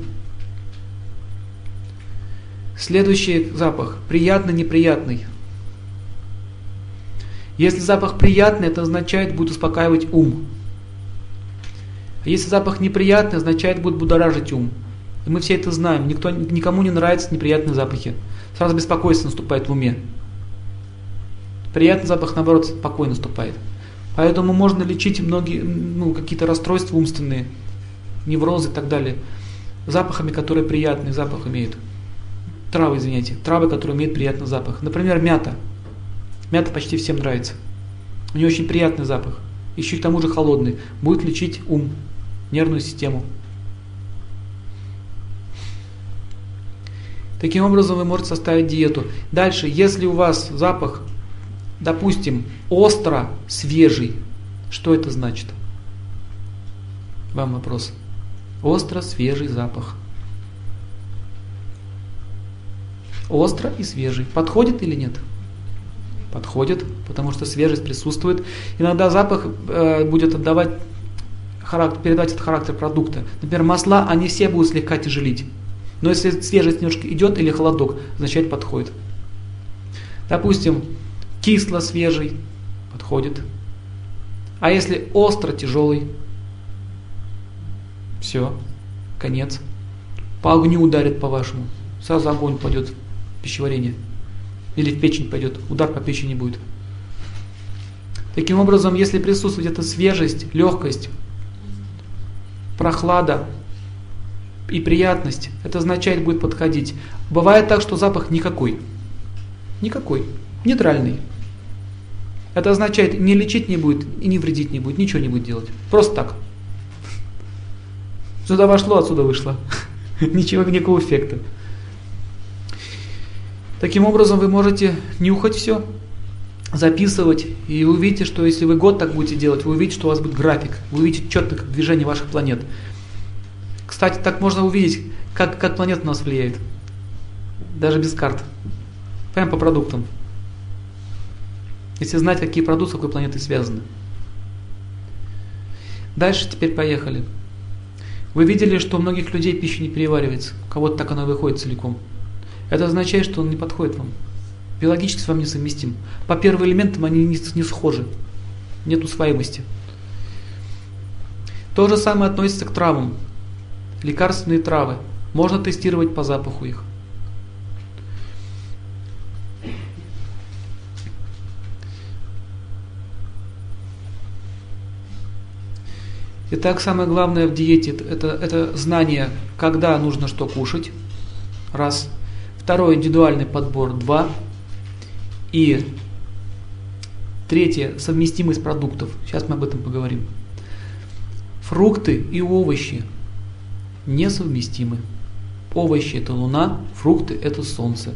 Следующий запах. Приятный-неприятный. Если запах приятный, это означает, будет успокаивать ум. А если запах неприятный, означает, будет будоражить ум. И мы все это знаем. Никто, никому не нравятся неприятные запахи. Сразу беспокойство наступает в уме. Приятный запах, наоборот, спокойно наступает. Поэтому можно лечить многие, ну, какие-то расстройства умственные, неврозы и так далее, запахами, которые приятный запах имеют. Травы, извините, травы, которые имеют приятный запах. Например, мята. Мята почти всем нравится. У нее очень приятный запах. Еще и к тому же холодный. Будет лечить ум, нервную систему. Таким образом вы можете составить диету. Дальше, если у вас запах, допустим, остро свежий, что это значит? Вам вопрос. Остро свежий запах. Остро и свежий. Подходит или нет? Подходит, потому что свежесть присутствует. Иногда запах э, будет отдавать характер, передать этот характер продукта. Например, масла, они все будут слегка тяжелить. Но если свежесть немножко идет или холодок, означает подходит. Допустим, кисло свежий, подходит. А если остро тяжелый, все, конец. По огню ударит по-вашему. Сразу огонь пойдет в пищеварение. Или в печень пойдет, удар по печени будет. Таким образом, если присутствует эта свежесть, легкость, прохлада и приятность, это означает, будет подходить. Бывает так, что запах никакой. Никакой. Нейтральный. Это означает, не лечить не будет и не вредить не будет, ничего не будет делать. Просто так. Сюда вошло, отсюда вышло. Ничего, никакого эффекта. Таким образом, вы можете нюхать все, записывать, и вы увидите, что если вы год так будете делать, вы увидите, что у вас будет график, вы увидите четко движение ваших планет. Кстати, так можно увидеть, как, как планеты на нас влияют. Даже без карт. Прямо по продуктам. Если знать, какие продукты с какой планетой связаны. Дальше теперь поехали. Вы видели, что у многих людей пища не переваривается. У кого-то так она выходит целиком. Это означает, что он не подходит вам. Биологически с вами несовместим. По первым элементам они не, не схожи. Нет усвоимости. То же самое относится к травам. Лекарственные травы. Можно тестировать по запаху их. Итак, самое главное в диете это, это знание, когда нужно что кушать. Раз. Второй индивидуальный подбор. Два. И третье, совместимость продуктов. Сейчас мы об этом поговорим. Фрукты и овощи несовместимы. Овощи это луна, фрукты это солнце.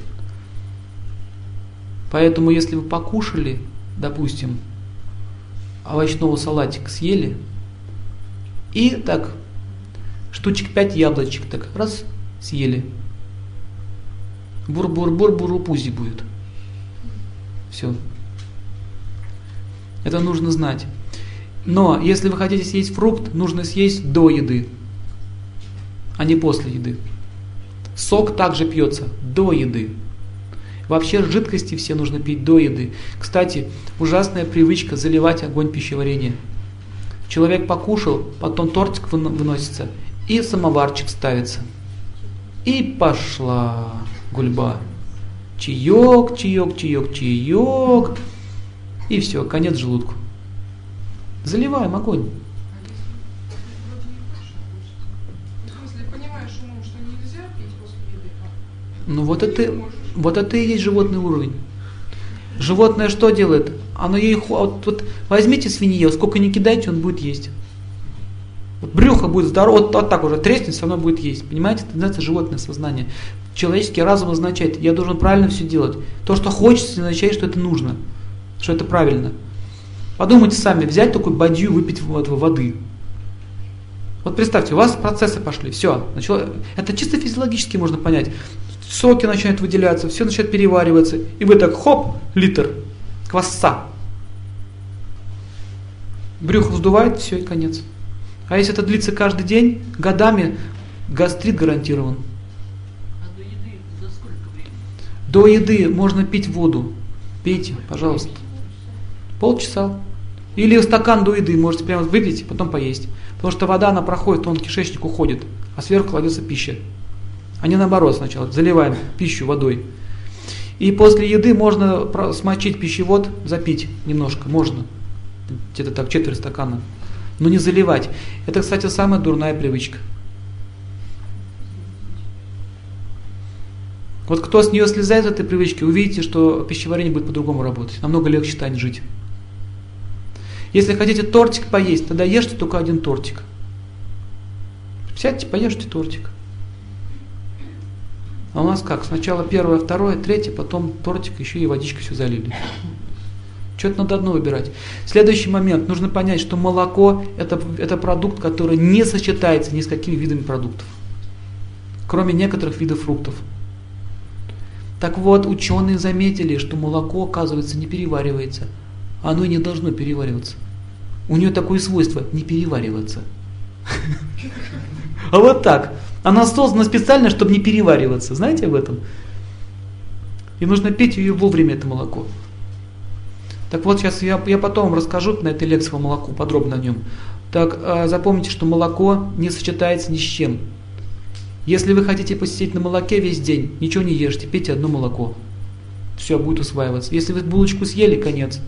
Поэтому если вы покушали, допустим, овощного салатика съели, и так, штучек пять яблочек, так раз, съели. Бур-бур-бур-буру-пузи будет. Все. Это нужно знать. Но если вы хотите съесть фрукт, нужно съесть до еды, а не после еды. Сок также пьется до еды. Вообще жидкости все нужно пить до еды. Кстати, ужасная привычка заливать огонь пищеварения. Человек покушал, потом тортик выносится, и самоварчик ставится. И пошла гульба. Чаек, чаек, чаек, чаек. И все, конец желудку. Заливаем огонь. Ну вот это, вот это и есть животный уровень. Животное что делает? Оно ей, вот, вот возьмите свинье, сколько ни кидайте, он будет есть. Вот брюхо будет здорово, вот, вот так уже треснет, все равно будет есть. Понимаете, это называется животное сознание. Человеческий разум означает, я должен правильно все делать. То, что хочется, не означает, что это нужно, что это правильно. Подумайте сами, взять такую бадью, выпить этого воды. Вот представьте, у вас процессы пошли, все, начало, это чисто физиологически можно понять. Соки начинают выделяться, все начинает перевариваться, и вы так хоп, литр квасца. Брюхо вздувает, все, и конец. А если это длится каждый день, годами, гастрит гарантирован. А до еды за сколько времени? До еды можно пить воду. Пейте, пожалуйста. Полчаса. Или стакан до еды можете прямо выпить, потом поесть. Потому что вода, она проходит, он кишечник уходит, а сверху кладется пища. А не наоборот сначала. Заливаем пищу водой. И после еды можно смочить пищевод, запить немножко, можно. Где-то так, четверть стакана. Но не заливать. Это, кстати, самая дурная привычка. Вот кто с нее слезает, с этой привычки, увидите, что пищеварение будет по-другому работать. Намного легче станет жить. Если хотите тортик поесть, тогда ешьте только один тортик. Сядьте, поешьте тортик. А у нас как? Сначала первое, второе, третье, потом тортик, еще и водичкой все залили. Что-то надо одно выбирать. Следующий момент. Нужно понять, что молоко это, это продукт, который не сочетается ни с какими видами продуктов. Кроме некоторых видов фруктов. Так вот, ученые заметили, что молоко, оказывается, не переваривается. Оно и не должно перевариваться. У нее такое свойство – не перевариваться. А вот так. Она создана специально, чтобы не перевариваться. Знаете об этом? И нужно пить ее вовремя, это молоко. Так вот, сейчас я, я потом расскажу на этой лекции по молоку, подробно о нем. Так, э, запомните, что молоко не сочетается ни с чем. Если вы хотите посидеть на молоке весь день, ничего не ешьте, пейте одно молоко. Все, будет усваиваться. Если вы булочку съели, конец.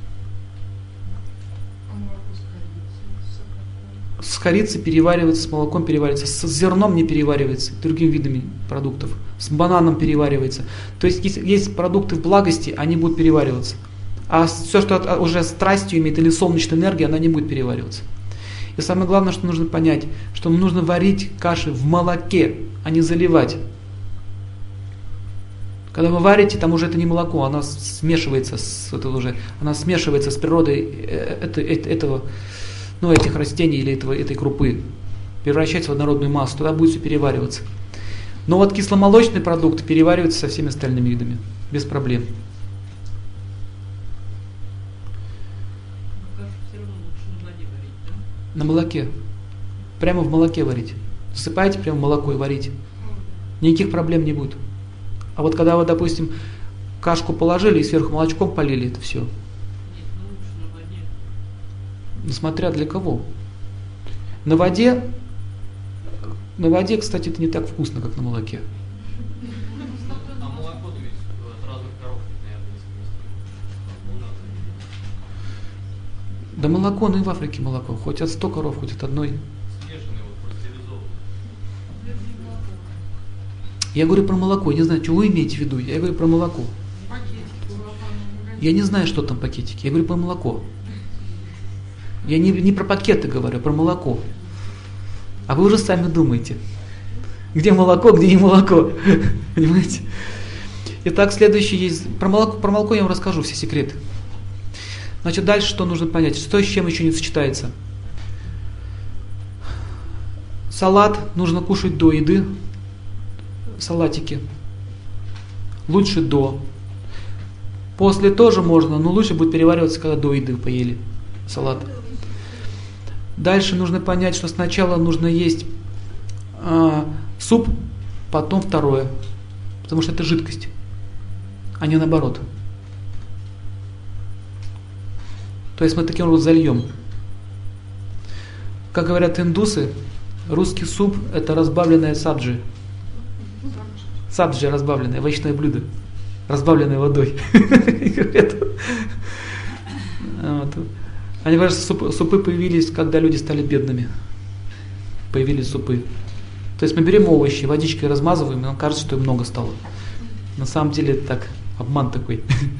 С корицей переваривается, с молоком переваривается, с зерном не переваривается, другими видами продуктов, с бананом переваривается. То есть есть, есть продукты в благости, они будут перевариваться. А все, что уже страстью имеет или солнечная энергия, она не будет перевариваться. И самое главное, что нужно понять, что нужно варить каши в молоке, а не заливать. Когда вы варите, там уже это не молоко, оно смешивается с, это уже, оно смешивается с природой это, это, этого, ну, этих растений или этого, этой крупы, превращается в однородную массу, тогда будет все перевариваться. Но вот кисломолочный продукт переваривается со всеми остальными видами, без проблем. На молоке. Прямо в молоке варить. Засыпайте прямо в молоко и варите. Никаких проблем не будет. А вот когда вы, допустим, кашку положили и сверху молочком полили, это все. Ну, смотря для кого. На воде, на воде, кстати, это не так вкусно, как на молоке. А молоко ведь от разных коров, наверное, Да молоко, ну и в Африке молоко. Хоть от сто коров, хоть от одной. Смешанный, вот, пастеризованный. Я говорю про молоко. Я не знаю, что вы имеете в виду. Я говорю про молоко. Я не знаю, что там пакетики. Я говорю про молоко. Я не, не про пакеты говорю, а про молоко. А вы уже сами думаете. Где молоко, где не молоко. Понимаете? Итак, следующий есть. Про молоко, про молоко я вам расскажу все секреты. Значит, дальше что нужно понять? Что с чем еще не сочетается? Салат нужно кушать до еды. Салатики. Лучше до. После тоже можно, но лучше будет перевариваться, когда до еды поели салат. Дальше нужно понять, что сначала нужно есть э, суп, потом второе. Потому что это жидкость, а не наоборот. То есть мы таким образом зальем. Как говорят индусы, русский суп – это разбавленное саджи. Саджи разбавленное, овощное блюдо, разбавленное водой. Они говорят, что супы появились, когда люди стали бедными. Появились супы. То есть мы берем овощи, водичкой размазываем, и нам кажется, что их много стало. На самом деле это так, обман такой.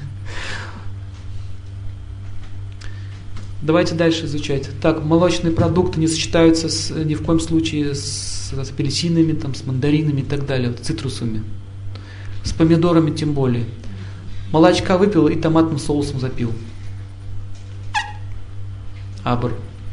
Давайте дальше изучать. Так, молочные продукты не сочетаются с, ни в коем случае с, с апельсинами, там, с мандаринами и так далее, вот, цитрусами. С помидорами тем более. Молочка выпил и томатным соусом запил. Абр.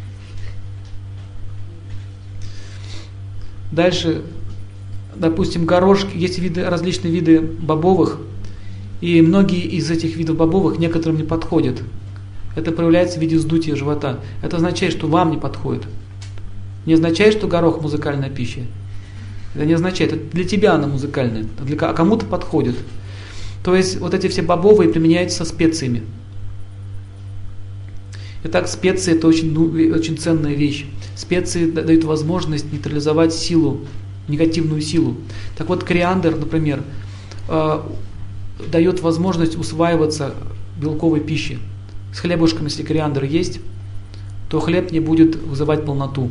Дальше, допустим, горошек, есть виды, различные виды бобовых, и многие из этих видов бобовых некоторым не подходят. Это проявляется в виде вздутия живота. Это означает, что вам не подходит. Не означает, что горох музыкальная пища. Это не означает, это для тебя она музыкальная, а кому-то подходит. То есть вот эти все бобовые применяются со специями. Итак, специи – это очень, ну, очень ценная вещь. Специи дают возможность нейтрализовать силу, негативную силу. Так вот, кориандр, например, э, дает возможность усваиваться белковой пищи. С хлебушком, если кориандр есть, то хлеб не будет вызывать полноту.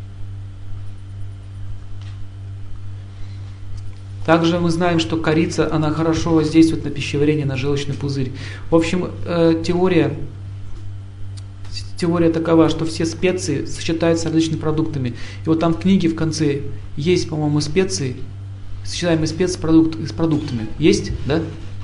Также мы знаем, что корица, она хорошо воздействует на пищеварение, на желчный пузырь. В общем, э, теория, теория такова, что все специи сочетаются с различными продуктами. И вот там в книге в конце есть, по-моему, специи, сочетаемые специи с, продукт, с продуктами. Есть, да?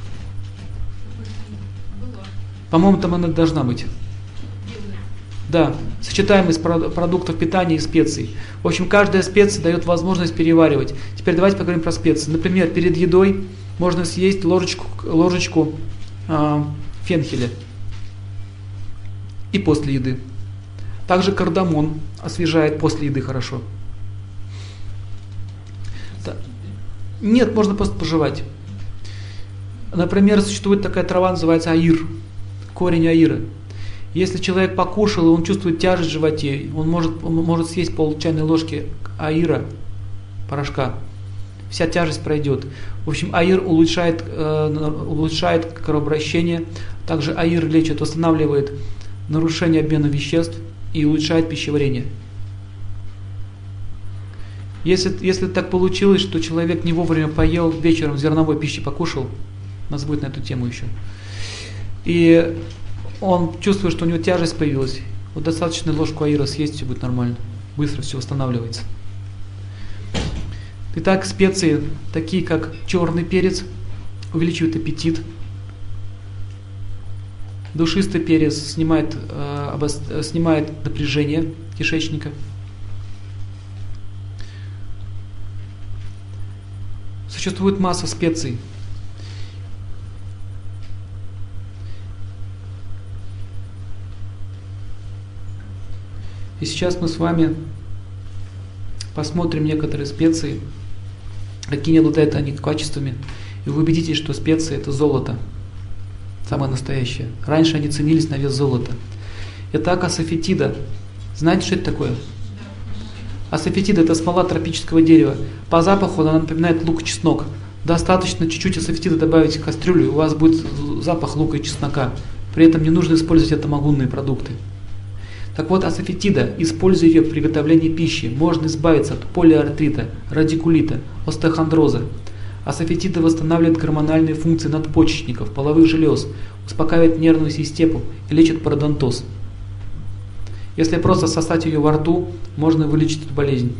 По-моему, там она должна быть. Да, сочетаемость продуктов питания и специй. В общем, каждая специя дает возможность переваривать. Теперь давайте поговорим про специи. Например, перед едой можно съесть ложечку, ложечку э, фенхеля. И после еды. Также кардамон освежает после еды хорошо. Да. Нет, можно просто пожевать. Например, существует такая трава, называется аир. Корень аира. Если человек покушал, и он чувствует тяжесть в животе, он может, он может съесть пол чайной ложки аира, порошка. Вся тяжесть пройдет. В общем, аир улучшает, э, улучшает кровообращение. Также аир лечит, восстанавливает нарушение обмена веществ и улучшает пищеварение. Если, если так получилось, что человек не вовремя поел, вечером зерновой пищи покушал, у нас будет на эту тему еще, и он чувствует, что у него тяжесть появилась, вот достаточно ложку аира съесть, все будет нормально, быстро все восстанавливается. Итак, специи, такие как черный перец, увеличивают аппетит. Душистый перец снимает, э, обос... снимает напряжение кишечника. Существует масса специй. И сейчас мы с вами посмотрим некоторые специи, какие обладают они качествами, и вы убедитесь, что специи – это золото, самое настоящее. Раньше они ценились на вес золота. Итак, асафетида. Знаете, что это такое? Асафетида – это смола тропического дерева. По запаху она напоминает лук и чеснок. Достаточно чуть-чуть асафетида добавить в кастрюлю, и у вас будет запах лука и чеснока. При этом не нужно использовать этомагунные продукты. Так вот, асафетида, используя ее в приготовлении пищи, можно избавиться от полиартрита, радикулита, остеохондроза. Асафетида восстанавливает гормональные функции надпочечников, половых желез, успокаивает нервную систему и лечит пародонтоз. Если просто сосать ее во рту, можно вылечить эту болезнь.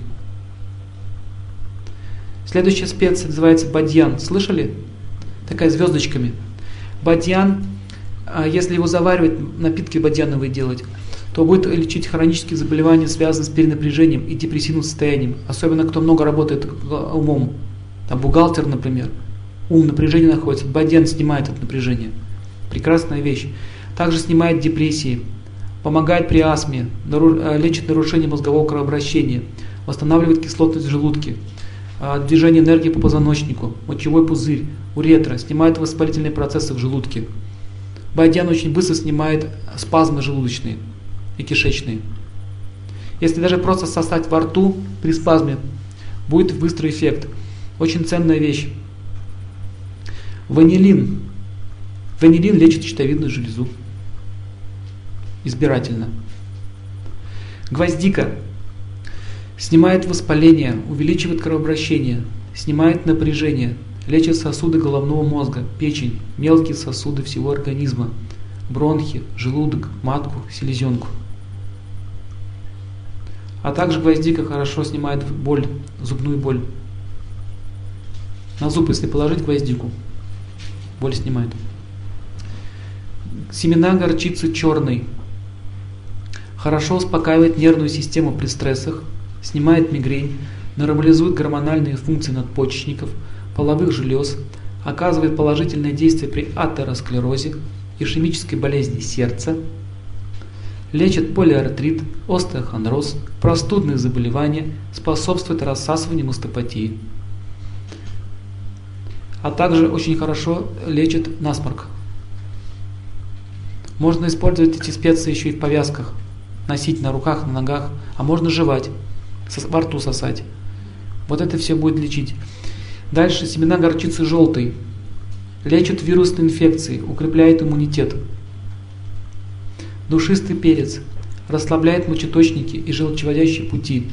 Следующая специя называется бадьян. Слышали? Такая звездочками. Бадьян, если его заваривать, напитки бадьяновые делать, то будет лечить хронические заболевания, связанные с перенапряжением и депрессивным состоянием. Особенно кто много работает умом. Там бухгалтер, например. Ум, напряжение находится. Бадьян снимает это напряжение. Прекрасная вещь. Также снимает депрессии. Помогает при астме. Лечит нарушение мозгового кровообращения. Восстанавливает кислотность в желудке. Движение энергии по позвоночнику. Мочевой пузырь. Уретра. Снимает воспалительные процессы в желудке. Бадьян очень быстро снимает спазмы желудочные и кишечные. Если даже просто сосать во рту при спазме, будет быстрый эффект. Очень ценная вещь. Ванилин. Ванилин лечит щитовидную железу. Избирательно. Гвоздика. Снимает воспаление, увеличивает кровообращение, снимает напряжение, лечит сосуды головного мозга, печень, мелкие сосуды всего организма, бронхи, желудок, матку, селезенку. А также гвоздика хорошо снимает боль, зубную боль. На зуб, если положить гвоздику, боль снимает. Семена горчицы черной. Хорошо успокаивает нервную систему при стрессах, снимает мигрень, нормализует гормональные функции надпочечников, половых желез, оказывает положительное действие при атеросклерозе, ишемической болезни сердца, лечит полиартрит, остеохондроз, простудные заболевания, способствует рассасыванию мастопатии. А также очень хорошо лечит насморк. Можно использовать эти специи еще и в повязках, носить на руках, на ногах, а можно жевать, во рту сосать. Вот это все будет лечить. Дальше семена горчицы желтой. Лечат вирусные инфекции, укрепляет иммунитет. Душистый перец. Расслабляет мочеточники и желчеводящие пути.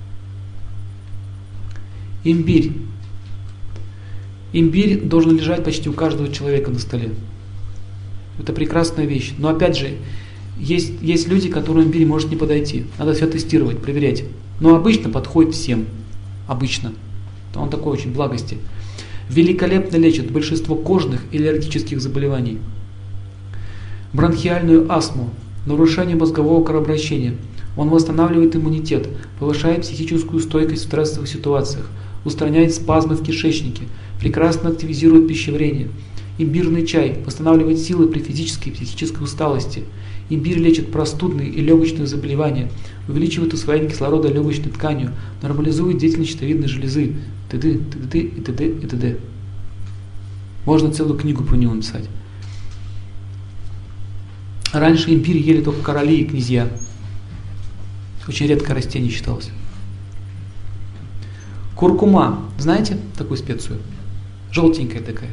Имбирь. Имбирь должен лежать почти у каждого человека на столе. Это прекрасная вещь. Но опять же, есть, есть люди, которым имбирь может не подойти. Надо все тестировать, проверять. Но обычно подходит всем. Обычно. Он такой очень благости. Великолепно лечит большинство кожных и аллергических заболеваний. Бронхиальную астму, нарушение мозгового кровообращения. Он восстанавливает иммунитет, повышает психическую стойкость в стрессовых ситуациях, устраняет спазмы в кишечнике, прекрасно активизирует пищеварение. Имбирный чай восстанавливает силы при физической и психической усталости. Имбирь лечит простудные и легочные заболевания, увеличивает усвоение кислорода легочной тканью, нормализует деятельность щитовидной железы, т.д., т.д. и т.д. и т.д. Можно целую книгу про него написать. Раньше имбирь ели только короли и князья. Очень редкое растение считалось. Куркума. Знаете такую специю? Желтенькая такая.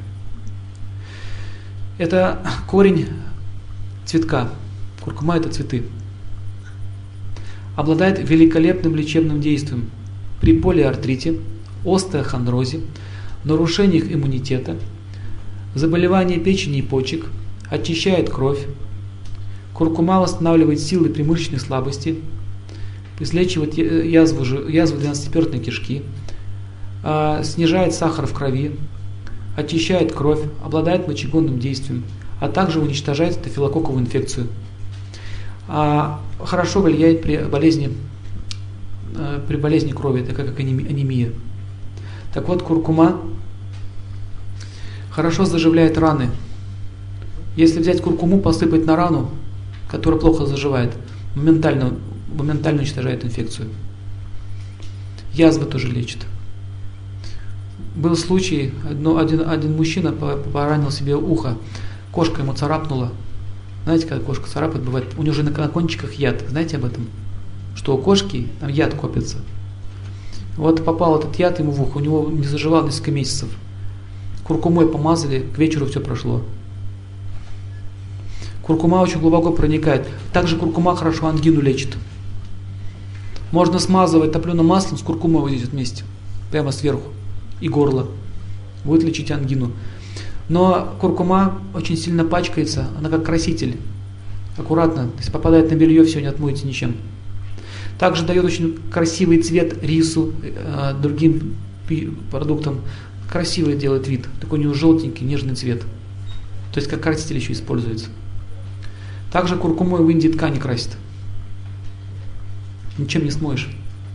Это корень цветка. Куркума – это цветы. Обладает великолепным лечебным действием при полиартрите, остеохондрозе, нарушениях иммунитета, заболевании печени и почек, очищает кровь. Куркума восстанавливает силы при мышечной слабости, излечивает язву, язву двенадцатиперстной кишки, снижает сахар в крови, очищает кровь, обладает мочегонным действием, а также уничтожает стафилококковую инфекцию. А хорошо влияет при болезни, при болезни крови, такая как анемия. Так вот, куркума хорошо заживляет раны. Если взять куркуму, посыпать на рану, которая плохо заживает, моментально, моментально уничтожает инфекцию. Язвы тоже лечит. Был случай, один, один мужчина поранил себе ухо, кошка ему царапнула. Знаете, когда кошка царапает, бывает, у него же на кончиках яд. Знаете об этом? Что у кошки там яд копится. Вот попал этот яд ему в ухо, у него не заживал несколько месяцев. Куркумой помазали, к вечеру все прошло. Куркума очень глубоко проникает. Также куркума хорошо ангину лечит. Можно смазывать топленым маслом с куркумой вот здесь вместе, прямо сверху, и горло. Будет лечить ангину. Но куркума очень сильно пачкается, она как краситель. Аккуратно, если попадает на белье, все, не отмоете ничем. Также дает очень красивый цвет рису, э, другим продуктам. Красивый делает вид, такой у него желтенький, нежный цвет. То есть как краситель еще используется. Также куркумой в Индии ткани красят. Ничем не смоешь.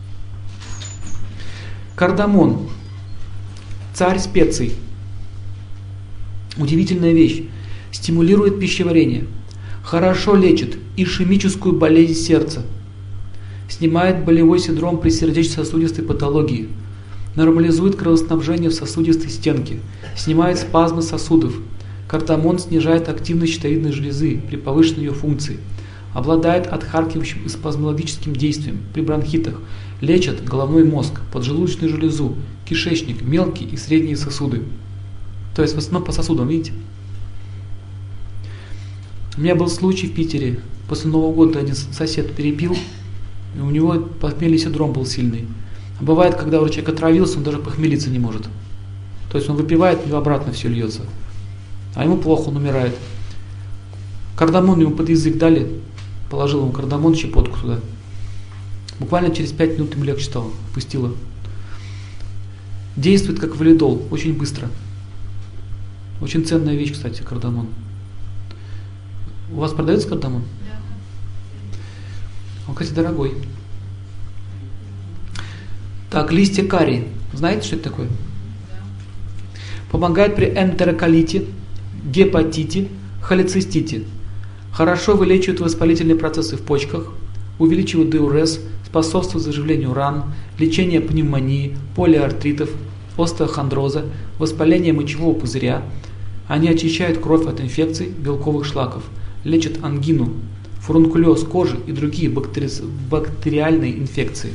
Кардамон. Царь специй. Удивительная вещь. Стимулирует пищеварение. Хорошо лечит ишемическую болезнь сердца. Снимает болевой синдром при сердечно-сосудистой патологии. Нормализует кровоснабжение в сосудистой стенке. Снимает спазмы сосудов. Кардамон снижает активность щитовидной железы при повышенной ее функции. Обладает отхаркивающим и спазмологическим действием при бронхитах. Лечит головной мозг, поджелудочную железу, кишечник, мелкие и средние сосуды. То есть в основном по сосудам, видите? У меня был случай в Питере. После Нового года один сосед перепил, и у него похмельный синдром был сильный. А бывает, когда уже человек отравился, он даже похмелиться не может. То есть он выпивает, и обратно все льется. А ему плохо, он умирает. Кардамон ему под язык дали, положил ему кардамон, щепотку туда. Буквально через пять минут ему легче стало, пустило. Действует как валидол, очень быстро. Очень ценная вещь, кстати, кардамон. У вас продается кардамон? Да. Он, кстати, дорогой. Так, листья карри. Знаете, что это такое? Да. Помогает при энтероколите, гепатите, холецистите. Хорошо вылечивает воспалительные процессы в почках, увеличивает диурез, способствует заживлению ран, лечению пневмонии, полиартритов, остеохондроза, воспаления мочевого пузыря. Они очищают кровь от инфекций, белковых шлаков, лечат ангину, фурункулез кожи и другие бактери... бактериальные инфекции.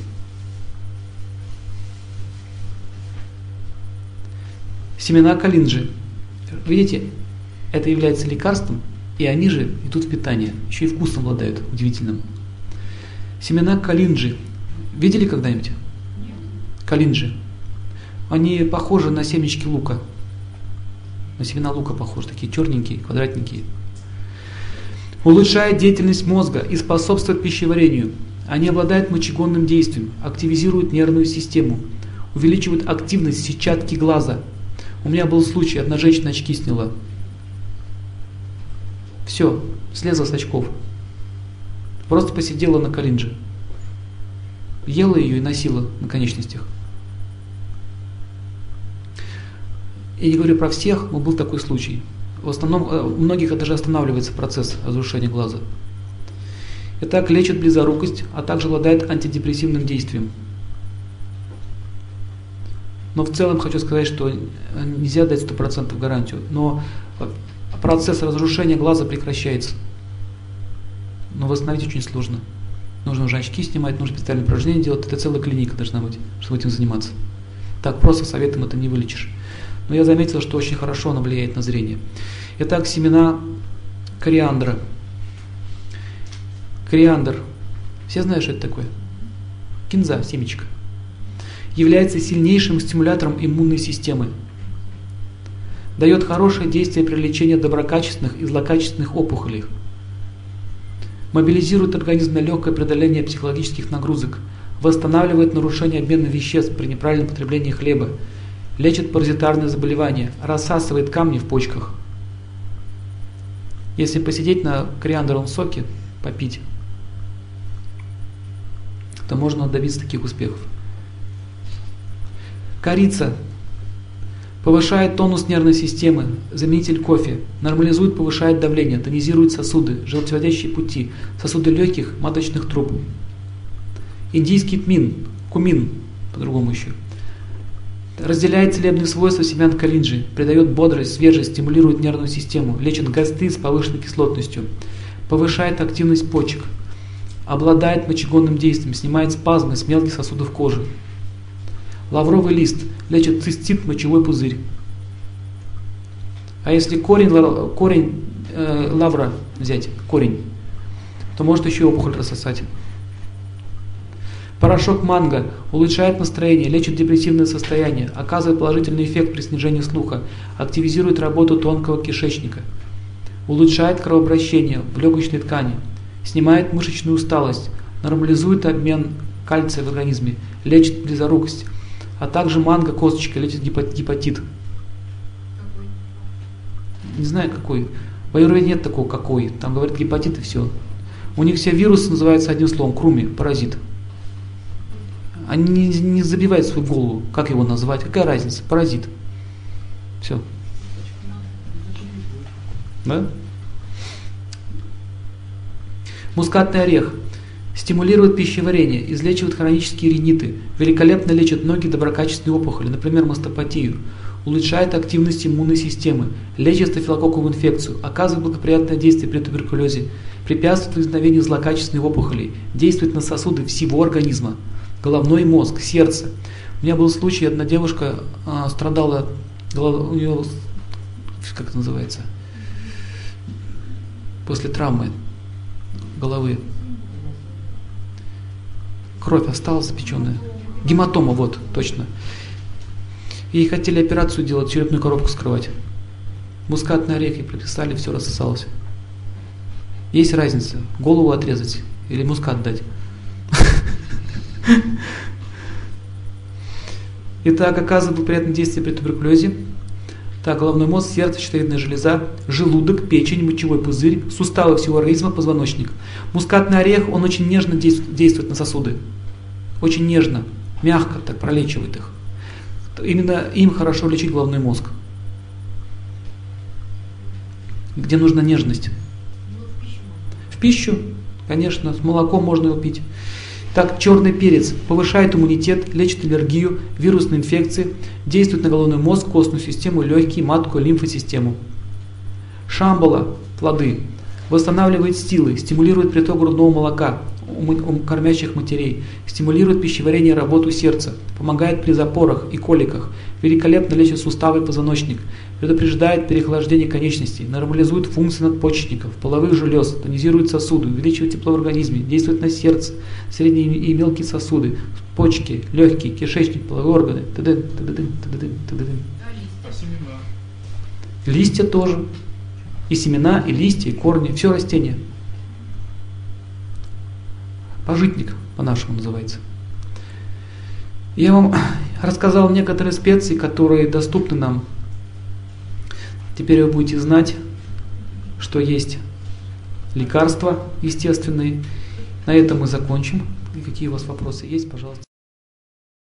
Семена калинджи. Видите, это является лекарством, и они же идут в питание. Еще и вкусом обладают, удивительным. Семена калинджи. Видели когда-нибудь? Калинджи. Они похожи на семечки лука. На семена лука похожи, такие черненькие, квадратненькие. Улучшает деятельность мозга и способствует пищеварению. Они обладают мочегонным действием, активизируют нервную систему, увеличивают активность сетчатки глаза. У меня был случай, одна женщина очки сняла. Все, слезла с очков. Просто посидела на калиндже. Ела ее и носила на конечностях. Я не говорю про всех, но был такой случай. В основном у многих даже останавливается процесс разрушения глаза. Итак, лечит близорукость, а также обладает антидепрессивным действием. Но в целом хочу сказать, что нельзя дать сто процентов гарантию. Но процесс разрушения глаза прекращается. Но восстановить очень сложно. Нужно уже очки снимать, нужно специальные упражнения делать. Это целая клиника должна быть, чтобы этим заниматься. Так просто советом это не вылечишь. Но я заметил, что очень хорошо оно влияет на зрение. Итак, семена кориандра. Кориандр. Все знают, что это такое? Кинза, семечко. Является сильнейшим стимулятором иммунной системы. Дает хорошее действие при лечении доброкачественных и злокачественных опухолей. Мобилизирует организм на легкое преодоление психологических нагрузок. Восстанавливает нарушение обмена веществ при неправильном потреблении хлеба. Лечит паразитарные заболевания. Рассасывает камни в почках. Если посидеть на кориандровом соке, попить, то можно добиться таких успехов. Корица. Повышает тонус нервной системы, заменитель кофе, нормализует, повышает давление, тонизирует сосуды, желчеводящие пути, сосуды легких, маточных труб. Индийский тмин, кумин, по-другому еще. Разделяет целебные свойства семян калинджи, придает бодрость, свежесть, стимулирует нервную систему, лечит гастрит с повышенной кислотностью, повышает активность почек, обладает мочегонным действием, снимает спазмы с мелких сосудов кожи. Лавровый лист лечит цистит, мочевой пузырь. А если корень, корень э, лавра взять, корень, то может еще и опухоль рассосать. Порошок манго улучшает настроение, лечит депрессивное состояние, оказывает положительный эффект при снижении слуха, активизирует работу тонкого кишечника, улучшает кровообращение в легочной ткани, снимает мышечную усталость, нормализует обмен кальция в организме, лечит близорукость, а также манго косточка лечит гепатит. Не знаю какой. В аюрведе нет такого какой. Там говорят гепатит и все. У них все вирусы называются одним словом, круми, паразит. Они не, не забивают свою голову, как его назвать, какая разница, паразит. Все. Да? Мускатный орех стимулирует пищеварение, излечивает хронические риниты, великолепно лечит многие доброкачественные опухоли, например, мастопатию, улучшает активность иммунной системы, лечит стафилококковую инфекцию, оказывает благоприятное действие при туберкулезе, препятствует возникновению злокачественных опухолей, действует на сосуды всего организма, головной мозг, сердце. У меня был случай, одна девушка а, страдала, голов, у нее, как это называется, после травмы головы. Кровь осталась запеченная. Гематома, вот, точно. Ей хотели операцию делать, черепную коробку скрывать. Мускатный орех ей прописали, все рассосалось. Есть разница, голову отрезать или мускат дать. Итак, оказывает благоприятное действие при туберкулезе. Так, головной мозг, сердце, щитовидная железа, желудок, печень, мочевой пузырь, суставы всего организма, позвоночник. Мускатный орех, он очень нежно действует на сосуды. Очень нежно, мягко так пролечивает их. Именно им хорошо лечить головной мозг. Где нужна нежность. В пищу, конечно, с молоком можно его пить. Так, черный перец повышает иммунитет, лечит аллергию, вирусные инфекции, действует на головной мозг, костную систему, легкие, матку, лимфосистему. Шамбала, плоды, восстанавливает силы, стимулирует приток грудного молока у кормящих матерей, стимулирует пищеварение и работу сердца, помогает при запорах и коликах, великолепно лечит суставы и позвоночник, предупреждает переохлаждение конечностей, нормализует функции надпочечников, половых желез, тонизирует сосуды, увеличивает тепло в организме, действует на сердце, средние и мелкие сосуды, почки, легкие, кишечник, половые органы. Т.д. т.д. т.д. т.д. Листья тоже. И семена, и листья, и корни, все растения. Пожитник по-нашему называется. Я вам рассказал некоторые специи, которые доступны нам. Теперь вы будете знать, что есть лекарства естественные. На этом мы закончим. И какие у вас вопросы есть, пожалуйста.